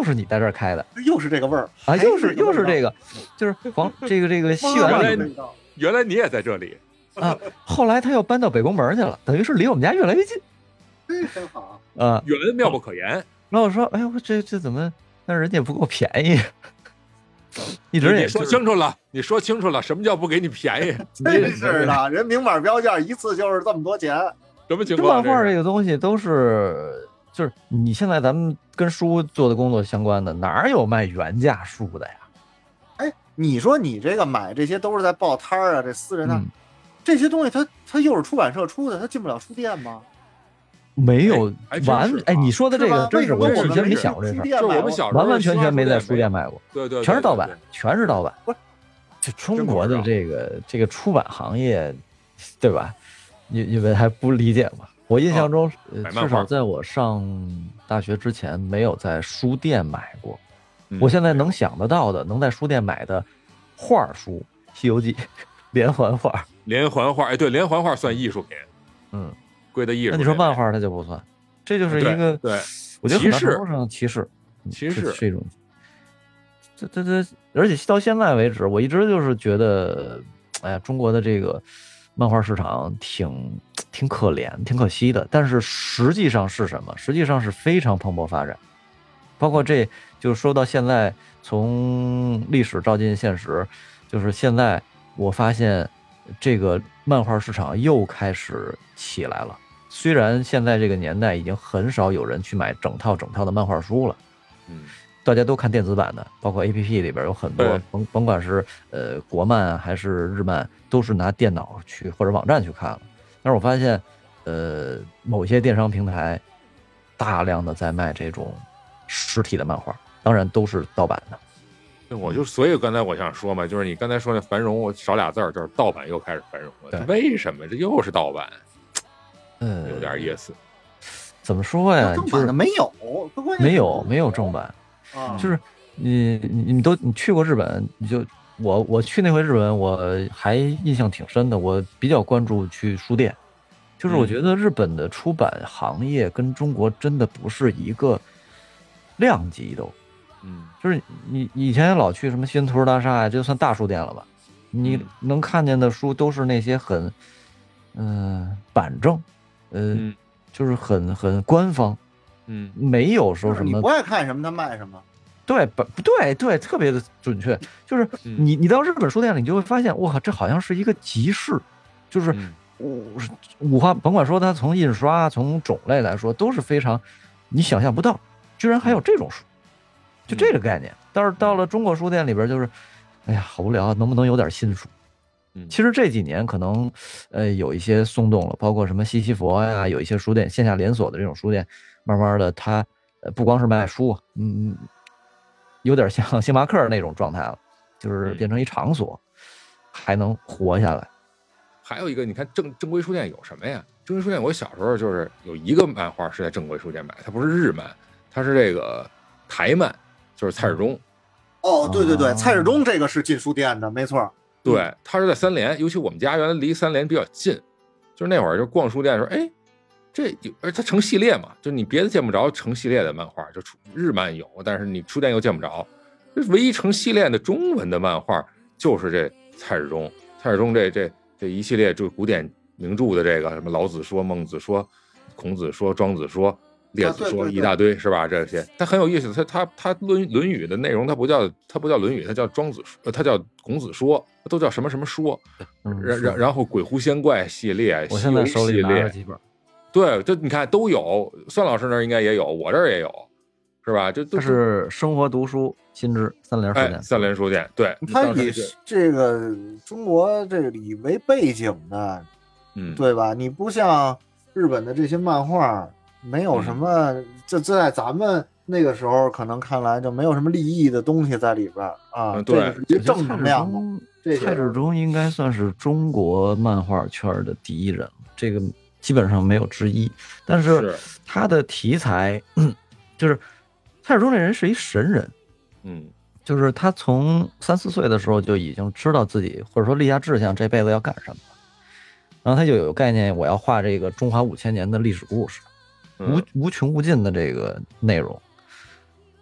F: 就是你在这儿开的，
C: 又是这个味儿
F: 啊，又是又是这个，就是黄这个这个西园
D: 里，原来你也在这里
F: 啊。后来他又搬到北宫门去了，等于是离我们家越来越近。
C: 这真好
F: 啊，
D: 远妙不可言。
F: 然后我说，哎呦，这这怎么？但是人家也不给我便宜，一直也
D: 说清楚了，你说清楚了，什么叫不给你便宜？
C: 真是的，人明码标价一次就是这么多钱，
D: 什么情况？
F: 漫画这个东西都是，就是你现在咱们跟书做的工作相关的，哪有卖原价书的呀？
C: 哎，你说你这个买这些都是在报摊儿啊，这私人的、
F: 嗯、
C: 这些东西它，它它又是出版社出的，它进不了书店吗？
F: 没有完哎，你说的这个真
C: 是
F: 我以前没想过这事儿，
D: 就是我们小时候
F: 完完全全没在书店卖过，
D: 对对，
F: 全是盗版，全是盗版。
C: 不是，
F: 这中国的这个这个出版行业，对吧？你你们还不理解吗？我印象中，呃，至少在我上大学之前，没有在书店买过。我现在能想得到的，能在书店买的画书，《西游记》连环画，
D: 连环画，哎，对，连环画算艺术品，
F: 嗯。
D: 归的艺术，
F: 那你说漫画它就不算，这就是一个
D: 对，
F: 我觉得很大程度上歧视，
D: 歧视
F: 是一种，这这这，而且到现在为止，我一直就是觉得，哎呀，中国的这个漫画市场挺挺可怜、挺可惜的。但是实际上是什么？实际上是非常蓬勃发展，包括这就说到现在，从历史照进现实，就是现在我发现这个漫画市场又开始起来了。虽然现在这个年代已经很少有人去买整套整套的漫画书了，
D: 嗯，大
F: 家都看电子版的，包括 A P P 里边有很多，甭甭管是呃国漫还是日漫，都是拿电脑去或者网站去看了。但是我发现，呃，某些电商平台大量的在卖这种实体的漫画，当然都是盗版的。
D: 我就所以刚才我想说嘛，就是你刚才说那繁荣，我少俩字儿，就是盗版又开始繁荣了。为什么这又是盗版？
F: 嗯，
D: 有点意思。
F: 怎么说呀？
C: 正版的没有，
F: 没有没有正版，
C: 啊、
F: 就是你你你都你去过日本，你就我我去那回日本，我还印象挺深的。我比较关注去书店，就是我觉得日本的出版行业跟中国真的不是一个量级都。
D: 嗯，
F: 就是你以前老去什么新图书大厦呀，这就算大书店了吧？你能看见的书都是那些很，嗯、呃，板正。呃、嗯，就是很很官方，
D: 嗯，
F: 没有说什么
C: 你不爱看什么他卖什么，
F: 对，不对对，特别的准确。就是你你到日本书店里，你就会发现，哇，这好像是一个集市，就是五五花，甭管说它从印刷从种类来说都是非常你想象不到，居然还有这种书，就这个概念。但是到了中国书店里边，就是，哎呀，好无聊，能不能有点新书？其实这几年可能，呃，有一些松动了，包括什么西西弗呀，有一些书店线下连锁的这种书店，慢慢的它，呃，不光是卖书，嗯，有点像星巴克那种状态了，就是变成一场所，还能活下来。
D: 还有一个，你看正正规书店有什么呀？正规书店，我小时候就是有一个漫画是在正规书店买，它不是日漫，它是这个台漫，就是蔡志忠。
C: 哦，对对对，蔡志忠这个是进书店的，没错。
D: 对，他是在三联，尤其我们家原来离三联比较近，就是那会儿就逛书店的时候，哎，这有，而它成系列嘛，就你别的见不着成系列的漫画，就日漫有，但是你书店又见不着，唯一成系列的中文的漫画就是这蔡志忠，蔡志忠这这这一系列就古典名著的这个什么老子说、孟子说、孔子说、庄子说。列子说一大堆是吧？这些它很有意思。它它它论论语的内容，它不叫它不叫论语，它叫庄子说，它叫孔子说，都叫什么什么说。然然然后鬼狐仙怪系列，
F: 我现在手里拿着几本。
D: 对，这你看都有。算老师那儿应该也有，我这儿也有，是吧？这都
F: 是生活读书新知三联书店。
D: 哎、三联书店，对，
C: 它以这个中国这里为背景的，
D: 嗯，
C: 对吧？你不像日本的这些漫画。没有什么，嗯、这这在咱们那个时候可能看来就没有什么利益的东西在里边啊。
D: 嗯、对，
C: 这是正能量的。
F: 蔡志忠应该算是中国漫画圈的第一人，这个基本上没有之一。但是他的题材，就是蔡志忠这人是一神人，
D: 嗯，
F: 就是他从三四岁的时候就已经知道自己或者说立下志向，这辈子要干什么，然后他就有概念，我要画这个中华五千年的历史故事。无无穷无尽的这个内容，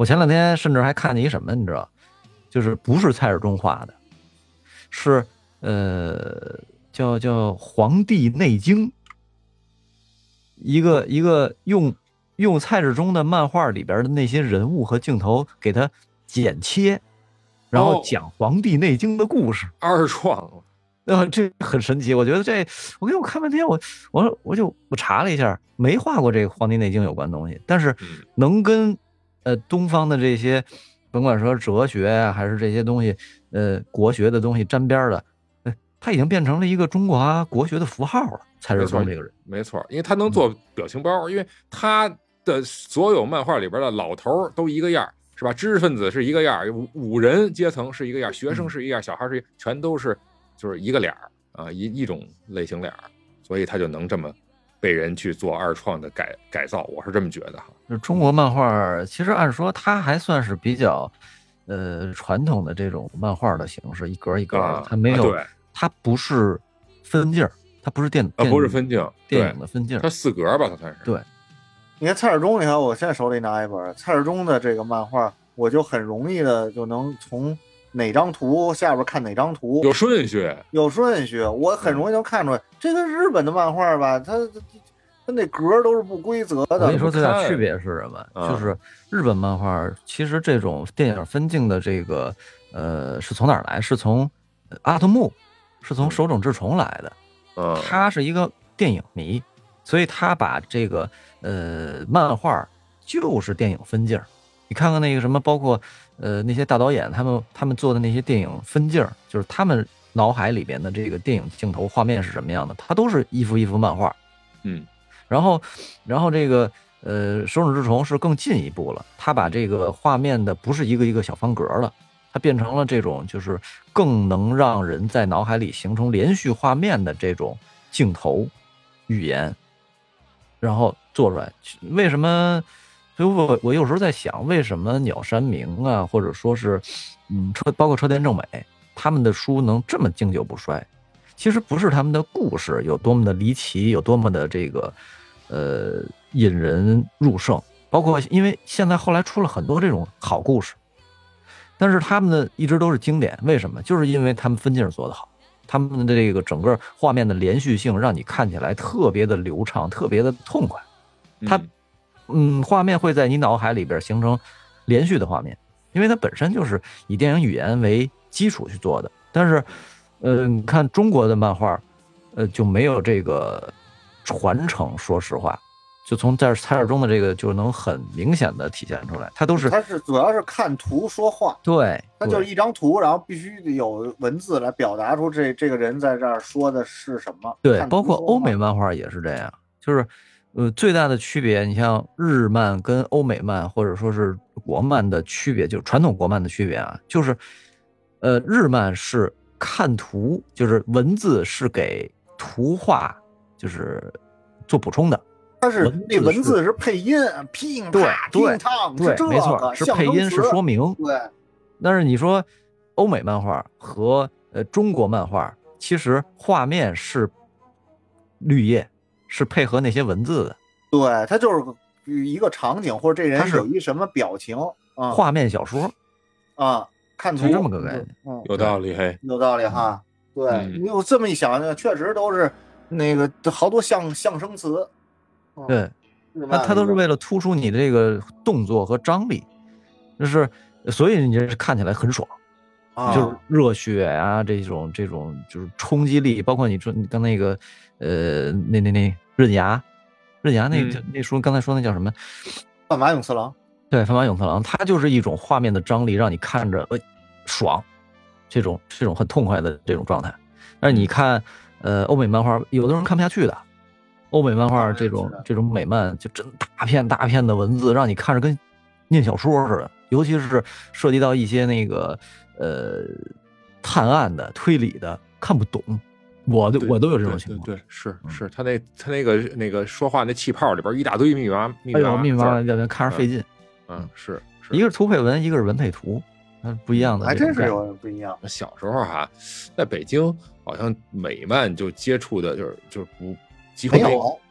F: 我前两天甚至还看见一什么，你知道，就是不是蔡世忠画的，是呃叫叫《黄帝内经》，一个一个用用蔡世忠的漫画里边的那些人物和镜头给他剪切，然后讲《黄帝内经》的故事，
D: 二创。
F: 呃，这很神奇，我觉得这，我给我看半天，我我我就我查了一下，没画过这个《黄帝内经》有关东西，但是能跟呃东方的这些，甭管说哲学啊，还是这些东西，呃国学的东西沾边的，呃，他已经变成了一个中国国学的符号了。蔡世忠这个人，
D: 没错，因为他能做表情包，嗯、因为他的所有漫画里边的老头都一个样，是吧？知识分子是一个样，武人阶层是一个样，学生是一个样，小孩是一个，全都是。就是一个脸儿啊，一一种类型脸儿，所以他就能这么被人去做二创的改改造，我是这么觉得哈。
F: 就中国漫画，其实按说它还算是比较呃传统的这种漫画的形式，一格一格的，
D: 啊、
F: 它没有，
D: 对，
F: 它不是分镜，它不是电
D: 啊，不是分镜，
F: 电影的分镜，
D: 它四格吧，它算是。
F: 对，
C: 你看蔡世忠，你看我现在手里拿一本蔡世忠的这个漫画，我就很容易的就能从。哪张图下边看哪张图
D: 有顺序，
C: 有顺序，我很容易能看出来。嗯、这个日本的漫画吧，它它那格都是不规则的。
F: 我跟你说，最大区别是什么？
D: 嗯、
F: 就是日本漫画，其实这种电影分镜的这个呃，是从哪儿来？是从阿童木，是从手冢治虫来的。
D: 嗯，
F: 他是一个电影迷，所以他把这个呃漫画就是电影分镜。你看看那个什么，包括呃那些大导演他们他们做的那些电影分镜，就是他们脑海里边的这个电影镜头画面是什么样的，它都是一幅一幅漫画。
D: 嗯，
F: 然后然后这个呃手冢治虫是更进一步了，他把这个画面的不是一个一个小方格了，它变成了这种就是更能让人在脑海里形成连续画面的这种镜头语言，然后做出来。为什么？所以我我有时候在想，为什么鸟山明啊，或者说是，嗯，车包括车田正美，他们的书能这么经久不衰？其实不是他们的故事有多么的离奇，有多么的这个，呃，引人入胜。包括因为现在后来出了很多这种好故事，但是他们的一直都是经典。为什么？就是因为他们分镜做得好，他们的这个整个画面的连续性，让你看起来特别的流畅，特别的痛快。它。嗯嗯，画面会在你脑海里边形成连续的画面，因为它本身就是以电影语言为基础去做的。但是，呃，你看中国的漫画，呃，就没有这个传承。说实话，就从在蔡世忠的这个就能很明显的体现出来，它都是
C: 它是主要是看图说话，
F: 对，
C: 它就是一张图，然后必须有文字来表达出这这个人在这儿说的是什么。
F: 对，包括欧美漫画也是这样，就是。呃，最大的区别，你像日漫跟欧美漫或者说是国漫的区别，就是传统国漫的区别啊，就是，呃，日漫是看图，就是文字是给图画就是做补充的，
C: 它是那文字是配音，乒啪乒烫，
F: 对，没错，是配音是说明。
C: 对，
F: 但是你说欧美漫画和呃中国漫画，其实画面是绿叶。是配合那些文字的，
C: 对，它就是一个场景，或者这人有一什么表情啊，
F: 画面小说
C: 啊，看图
F: 是这么个概念，
C: 嗯，
D: 有道理，嘿，
C: 有道理哈。对，你有这么一想呢，确实都是那个好多象象声词，
F: 对，它它都是为了突出你的这个动作和张力，就是所以你这看起来很爽。
C: 啊、
F: 就是热血啊，这种这种就是冲击力，包括你说你刚那个呃那那那刃牙，刃牙那、嗯、那书刚才说那叫什么？
C: 范马勇次郎。
F: 对，范马勇次郎，它就是一种画面的张力，让你看着呃爽，这种这种很痛快的这种状态。但是你看呃欧美漫画，有的人看不下去的，欧美漫画这种这种美漫就真大片大片的文字，让你看着跟念小说似的，尤其是涉及到一些那个。呃，探案的、推理的看不懂，我都我都有这种情况。
D: 对，对对是是，他那他那个那个说话那气泡里边一大堆密密麻密
F: 密麻密密麻麻，看着费劲。
D: 嗯，是
F: 一个是图配文，一个是文配图，它不一样的。
C: 还真是有不一样。
D: 小时候哈，在北京好像美漫就接触的就是就是不几乎
C: 没有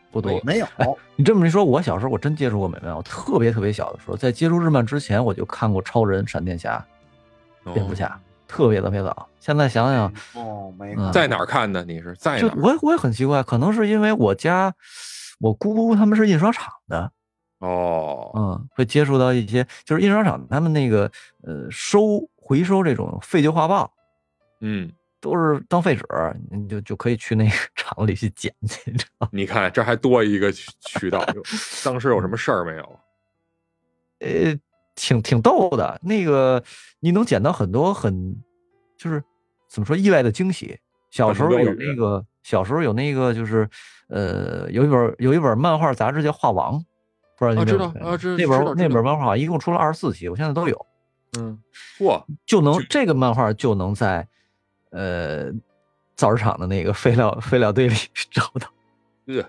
F: 不多，
C: 没有。
F: 你这么一说，我小时候我真接触过美漫，我特别特别小的时候，在接触日漫之前，我就看过超人、闪电侠、蝙蝠侠，哦、特别特别早。现在想想，
C: 哦，没看、
D: 嗯，在哪儿看的？你是在哪儿？
F: 我我也很奇怪，可能是因为我家我姑姑他们是印刷厂的。
D: 哦，
F: 嗯，会接触到一些，就是印刷厂他们那个呃收回收这种废旧画报，
D: 嗯，
F: 都是当废纸，你就就可以去那个厂里去捡去。
D: 你看这还多一个渠道，当时有什么事儿没有？
F: 呃，挺挺逗的，那个你能捡到很多很就是怎么说意外的惊喜。小时候有那个，小时候有那个就是呃有一本有一本漫画杂志叫《画王》。不知道你
D: 知道啊，知道
F: 那本那本漫画一共出了二十四期，我现在都有。
D: 嗯，哇，
F: 就能这个漫画就能在呃造纸厂的那个废料废料堆里找到。
D: 对，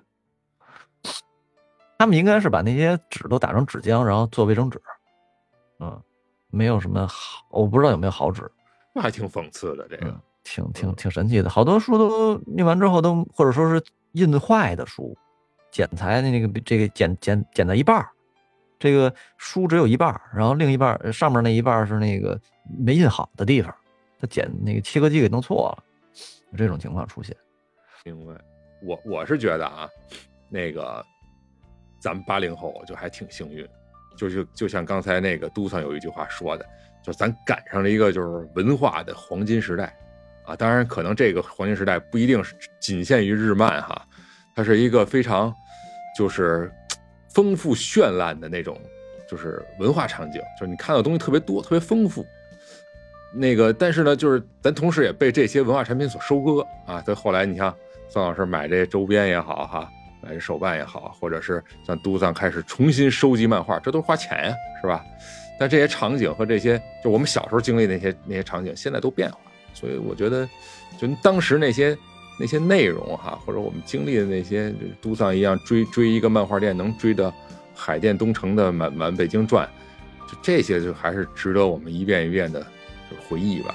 F: 他们应该是把那些纸都打成纸浆，然后做卫生纸。嗯，没有什么好，我不知道有没有好纸。
D: 那还挺讽刺的，这个、
F: 嗯、挺挺挺神奇的。好多书都念完之后都或者说是印坏的书。剪裁那个这个剪剪剪到一半，这个书只有一半，然后另一半上面那一半是那个没印好的地方，他剪那个切割机给弄错了，有这种情况出现。
D: 明白。我我是觉得啊，那个咱们八零后就还挺幸运，就就就像刚才那个都上有一句话说的，就咱赶上了一个就是文化的黄金时代啊。当然，可能这个黄金时代不一定是仅限于日漫哈。它是一个非常就是丰富绚烂的那种就是文化场景，就是你看到的东西特别多特别丰富。那个但是呢就是咱同时也被这些文化产品所收割啊。在后来你像宋老师买这周边也好哈，买这手办也好，或者是像都桑开始重新收集漫画，这都是花钱呀，是吧？但这些场景和这些就我们小时候经历的那些那些场景现在都变化，所以我觉得就当时那些那些内容哈，或者我们经历的那些，都桑一样追追一个漫画店能追到海淀东城的满满北京转，就这些就还是值得我们一遍一遍的回忆吧。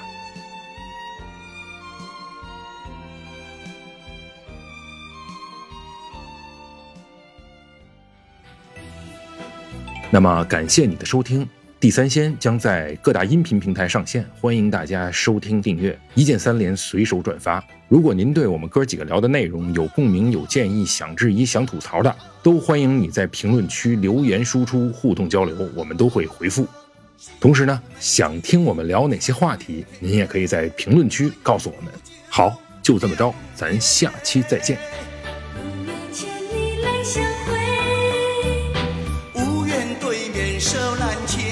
D: 那么感谢你的收听。地三鲜将在各大音频平台上线，欢迎大家收听订阅，一键三连，随手转发。如果您对我们哥几个聊的内容有共鸣、有建议、想质疑、想吐槽的，都欢迎你在评论区留言输出，互动交流，我们都会回复。同时呢，想听我们聊哪些话题，您也可以在评论区告诉我们。好，就这么着，咱下期再见。
G: 无缘对面手难牵。